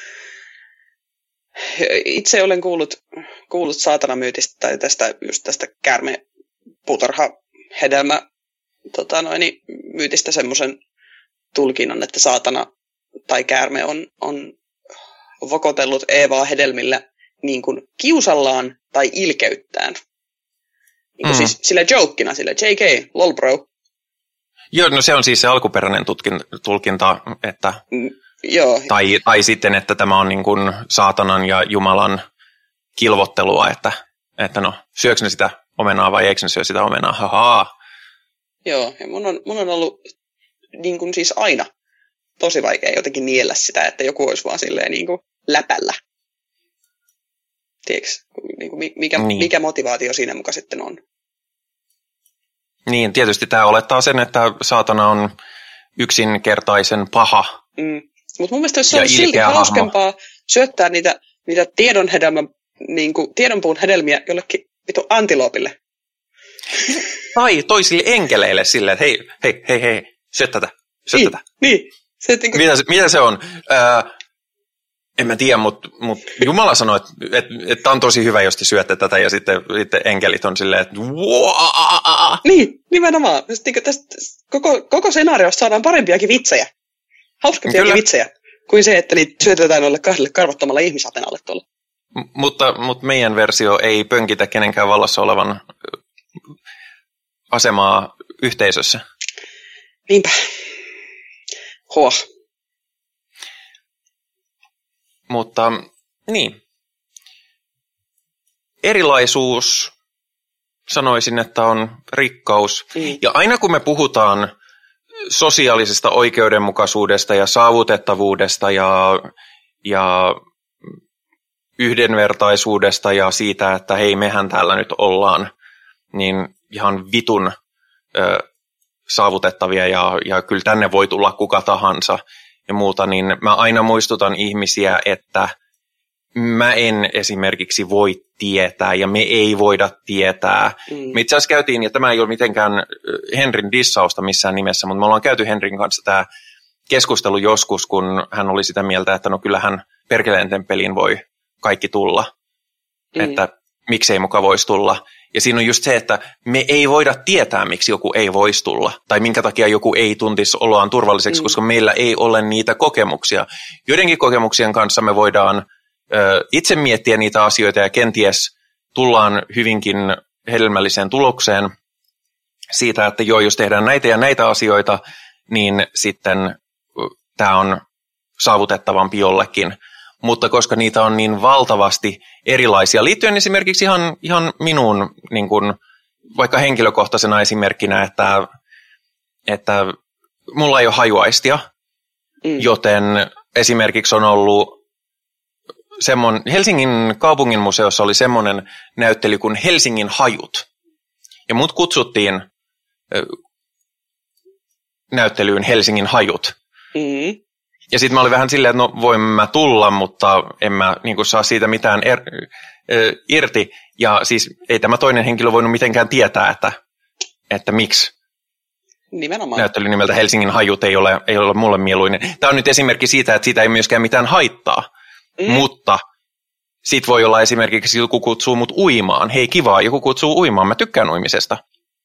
Itse olen kuullut, kuullut saatanamyytistä tai tästä, just tästä käärme puutarha hedelmä tota noin, myytistä semmoisen tulkinnan, että saatana tai käärme on, on vokotellut Eevaa hedelmillä niin kuin kiusallaan tai ilkeyttään. Niin kuin mm. siis sillä jokina, sillä J K, lol bro. Joo, no se on siis se alkuperäinen tutkin, tulkinta, että mm, joo. Tai, tai sitten, että tämä on niin kuin saatanan ja Jumalan kilvottelua, että, että no, syökö ne sitä omenaa vai eikö ne syö sitä omenaa, hahaa. Joo, ja mun on, mun on ollut niin kuin siis aina tosi vaikea jotenkin niellä sitä, että joku olisi vaan silleen niin kuin läpällä. Tiedätkö, niin kuin mikä, niin. mikä motivaatio siinä muka sitten on? Niin, tietysti tämä olettaa sen, että saatana on yksinkertaisen paha. Mm. Mutta mun mielestä se olisi silti hauskempaa syöttää niitä, niitä tiedonhedelmän, niin kuin tiedonpuun hedelmiä jollekin vitu antiloopille. Tai toisille enkeleille silleen, että hei, hei, hei, hei, syö tätä, syö niin, tätä. Niin. Se, niin kuin... mitä, se, mitä se on? Öö, en mä tiedä, mutta mut Jumala sanoi, että et, et on tosi hyvä, jos te syötte tätä, ja sitten, sitten enkelit on silleen, että Waa! Niin, nimenomaan. Niin tästä, koko, koko senaariosta saadaan parempiakin vitsejä. Hauskempiakin Kyllä. vitsejä kuin se, että niitä syötetään noille kahdelle karvottomalle ihmisatenalle tuolla. M- mutta, mutta meidän versio ei pönkitä kenenkään vallassa olevan asemaa yhteisössä. Niinpä. Hoa. Mutta niin. Erilaisuus, sanoisin, että on rikkaus. Mm. Ja aina kun me puhutaan sosiaalisesta oikeudenmukaisuudesta ja saavutettavuudesta ja, ja yhdenvertaisuudesta ja siitä, että hei, mehän täällä nyt ollaan, niin ihan vitun ö, saavutettavia ja, ja kyllä tänne voi tulla kuka tahansa ja muuta, niin mä aina muistutan ihmisiä, että mä en esimerkiksi voi tietää ja me ei voida tietää. Mm. Me itse asiassa käytiin, ja tämä ei ole mitenkään Henrin dissausta missään nimessä, mutta me ollaan käyty Henrin kanssa tämä keskustelu joskus, kun hän oli sitä mieltä, että no kyllähän Perkeleen temppeliin voi kaikki tulla, mm. että miksei muka voisi tulla. Ja siinä on just se, että me ei voida tietää, miksi joku ei voisi tulla, tai minkä takia joku ei tuntisi oloaan turvalliseksi, mm. koska meillä ei ole niitä kokemuksia. Joidenkin kokemuksien kanssa me voidaan ö, itse miettiä niitä asioita, ja kenties tullaan hyvinkin hedelmälliseen tulokseen siitä, että joo, jos tehdään näitä ja näitä asioita, niin sitten tämä on saavutettavampi jollekin. Mutta koska niitä on niin valtavasti erilaisia, liittyen esimerkiksi ihan, ihan minuun niin kuin, vaikka henkilökohtaisena esimerkkinä, että, että mulla ei ole hajuaistia, mm. joten esimerkiksi on ollut semmon, Helsingin kaupungin museossa oli semmoinen näyttely kuin Helsingin hajut. Ja mut kutsuttiin ö, näyttelyyn Helsingin hajut. Mm. Ja sitten mä olin vähän silleen, että no voin mä tulla, mutta en mä niin kuin saa siitä mitään er, ö, irti. Ja siis ei tämä toinen henkilö voinut mitenkään tietää, että, että miksi Nimenomaan. näyttely nimeltä Helsingin hajut ei ole, ei ole mulle mieluinen. Tämä on nyt esimerkki siitä, että siitä ei myöskään mitään haittaa, mm. mutta sit voi olla esimerkiksi joku kutsuu mut uimaan. Hei kivaa, joku kutsuu uimaan, mä tykkään uimisesta.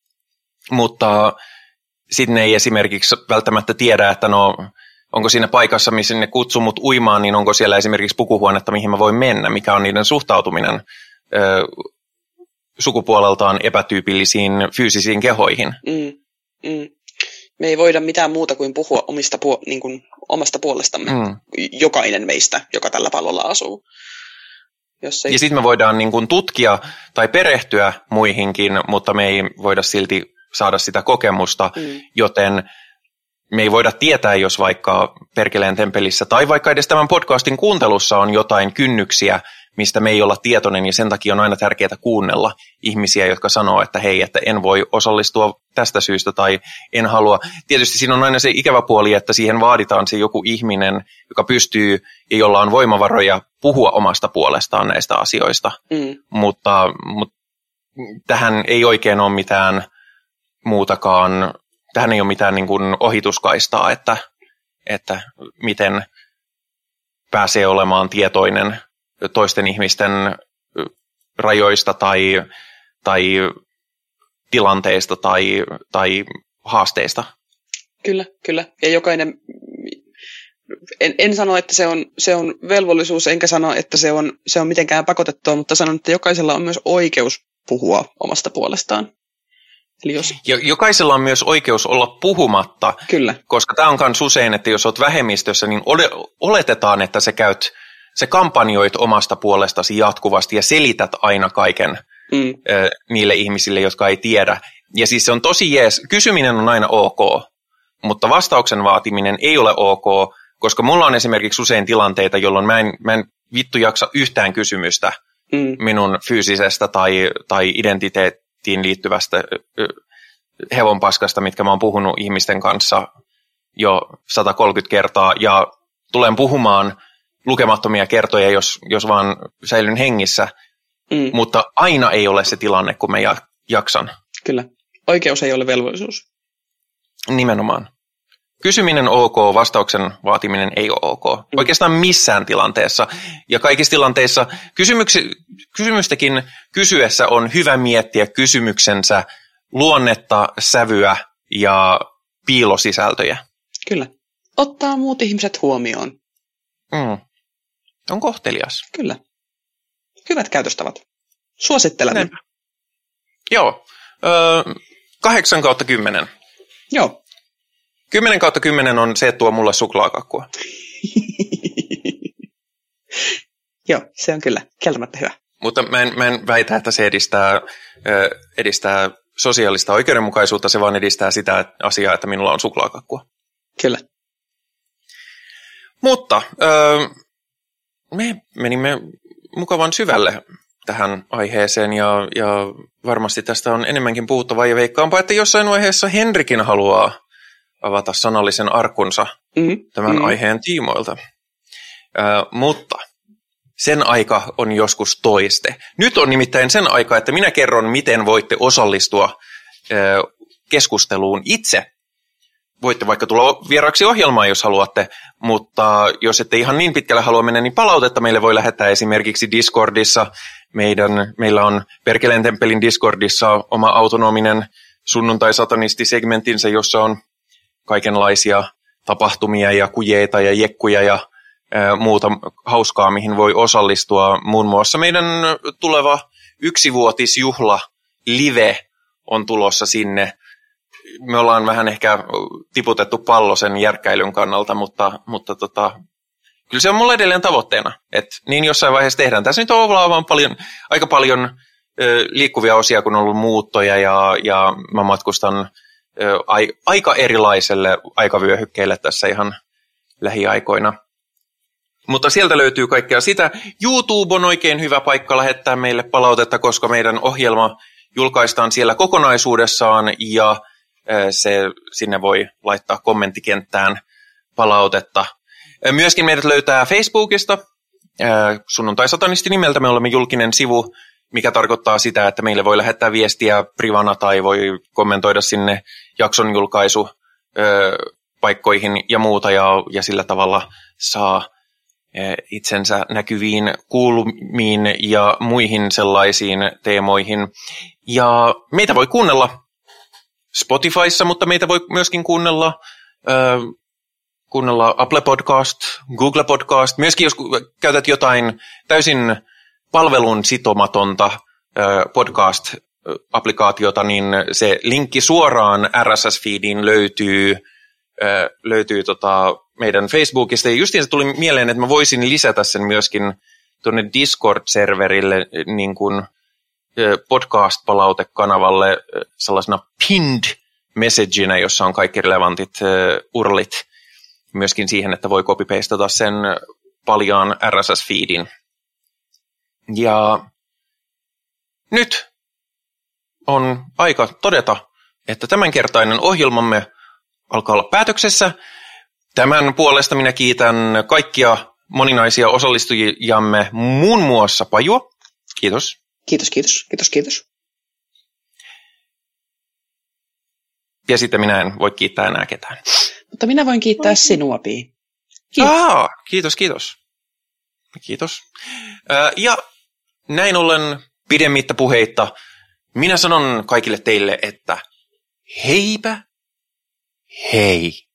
Mutta sitten ne ei esimerkiksi välttämättä tiedä, että no, onko siinä paikassa, missä ne kutsuu mut uimaan, niin onko siellä esimerkiksi pukuhuonetta, mihin mä voin mennä, mikä on niiden suhtautuminen ö, sukupuoleltaan epätyypillisiin fyysisiin kehoihin. Mm, mm. Me ei voida mitään muuta kuin puhua omista puo- niin kuin omasta puolestamme, mm. jokainen meistä, joka tällä pallolla asuu. Jos ei... Ja sitten me voidaan niin kuin tutkia tai perehtyä muihinkin, mutta me ei voida silti saada sitä kokemusta, mm. joten me ei voida tietää, jos vaikka Perkeleen temppelissä tai vaikka edes tämän podcastin kuuntelussa on jotain kynnyksiä, mistä me ei olla tietoinen, ja sen takia on aina tärkeää kuunnella ihmisiä, jotka sanoo, että hei, että en voi osallistua tästä syystä tai en halua. Tietysti siinä on aina se ikävä puoli, että siihen vaaditaan se joku ihminen, joka pystyy ja jolla on voimavaroja puhua omasta puolestaan näistä asioista, mm. mutta, mutta tähän ei oikein ole mitään muutakaan, tähän ei ole mitään niin kuin ohituskaistaa, että, että miten pääsee olemaan tietoinen toisten ihmisten rajoista tai, tai tilanteista tai, tai haasteista. Kyllä, kyllä. Ja jokainen, en, en sano, että se on, se on velvollisuus, enkä sano, että se on, se on mitenkään pakotettua, mutta sanon, että jokaisella on myös oikeus puhua omasta puolestaan. Eli jos... Jokaisella on myös oikeus olla puhumatta, kyllä. Koska tämä on myös usein, että jos olet vähemmistössä, niin oletetaan, että sä käyt sä kampanjoit omasta puolestasi jatkuvasti ja selität aina kaiken mm. ö, niille ihmisille, jotka ei tiedä. Ja siis se on tosi jees. Kysyminen on aina ok, mutta vastauksen vaatiminen ei ole ok, koska mulla on esimerkiksi usein tilanteita, jolloin mä en, mä en vittu jaksa yhtään kysymystä mm. minun fyysisestä tai, tai identiteettiin liittyvästä ö, hevonpaskasta, mitkä mä oon puhunut ihmisten kanssa jo sata kolmekymmentä kertaa, ja tulen puhumaan lukemattomia kertoja, jos, jos vaan säilyn hengissä, mm. mutta aina ei ole se tilanne, kun mä jaksan. Kyllä. Oikeus ei ole velvollisuus. Nimenomaan. Kysyminen ok, vastauksen vaatiminen ei ole ok. Mm. Oikeastaan missään tilanteessa. Ja kaikissa tilanteissa kysymyksi, kysymystäkin kysyessä on hyvä miettiä kysymyksensä luonnetta, sävyä ja piilosisältöjä. Kyllä. Ottaa muut ihmiset huomioon. Mm. On kohtelias. Kyllä. Hyvät käytöstavat. Suosittelemme. Ne. Joo. Öö, kahdeksan kautta kymmenen. Joo. Kymmenen kautta kymmenen on se, että tuo mulle suklaakakkua. Joo, se on kyllä kieltämättä hyvä. Mutta mä en, mä en väitä, että se edistää, ö, edistää sosiaalista oikeudenmukaisuutta, se vaan edistää sitä asiaa, että minulla on suklaakakkua. Kyllä. Mutta öö, me menimme mukavan syvälle tähän aiheeseen ja, ja varmasti tästä on enemmänkin puhuttavaa ja veikkaanpa, että jossain vaiheessa Henrikin haluaa avata sanallisen arkkunsa mm-hmm. tämän mm-hmm. aiheen tiimoilta. Öö, mutta sen aika on joskus toiste. Nyt on nimittäin sen aika, että minä kerron, miten voitte osallistua öö, keskusteluun itse. Voitte vaikka tulla vieraaksi ohjelmaan, jos haluatte, mutta jos ette ihan niin pitkälle halua mennä, niin palautetta meille voi lähettää esimerkiksi Discordissa. Meidän, meillä on Perkeleen temppelin Discordissa oma autonominen sunnuntai-satanistisegmentinsä, jossa on kaikenlaisia tapahtumia ja kujeita ja jekkuja ja ää, muuta hauskaa, mihin voi osallistua. Muun muassa meidän tuleva yksivuotisjuhla live on tulossa sinne. Me ollaan vähän ehkä tiputettu pallo sen järkkäilyn kannalta, mutta, mutta tota, kyllä se on mulla edelleen tavoitteena, että niin jossain vaiheessa tehdään. Tässä nyt on vaan paljon, aika paljon ö, liikkuvia osia, kun on ollut muuttoja ja, ja mä matkustan ö, ai, aika erilaiselle aikavyöhykkeelle tässä ihan lähiaikoina. Mutta sieltä löytyy kaikkea sitä. YouTube on oikein hyvä paikka lähettää meille palautetta, koska meidän ohjelma julkaistaan siellä kokonaisuudessaan ja se, sinne voi laittaa kommenttikenttään palautetta. Myöskin meidät löytää Facebookista Sunnuntai-satanisti nimeltä me olemme julkinen sivu, mikä tarkoittaa sitä, että meille voi lähettää viestiä privana tai voi kommentoida sinne jakson julkaisu paikkoihin ja muuta, ja, ja sillä tavalla saa itsensä näkyviin, kuulumiin ja muihin sellaisiin teemoihin. Ja meitä voi kuunnella Spotifyssa, mutta meitä voi myöskin kuunnella, äh, kuunnella Apple Podcast, Google Podcast. Myöskin jos käytät jotain täysin palvelun sitomatonta äh, podcast-applikaatiota, niin se linkki suoraan R S S-feediin löytyy, äh, löytyy tota meidän Facebookista. Ja justiin se tuli mieleen, että mä voisin lisätä sen myöskin tuonne Discord-serverille niin kuin podcast-palautekanavalle sellaisena pinned messageina, jossa on kaikki relevantit urlit myöskin siihen, että voi copy-pastata sen paljaan R S S-feedin. Ja nyt on aika todeta, että tämänkertainen ohjelmamme alkaa olla päätöksessä. Tämän puolesta minä kiitän kaikkia moninaisia osallistujiamme, muun muassa Pajua. Kiitos. Kiitos, kiitos, kiitos, kiitos. Ja sitten minä en voi kiittää enää ketään. Mutta minä voin kiittää sinua, Pii. Kiitos. Aa, kiitos, kiitos. Kiitos. Ja näin ollen pidemmittä puheitta minä sanon kaikille teille, että heipä hei.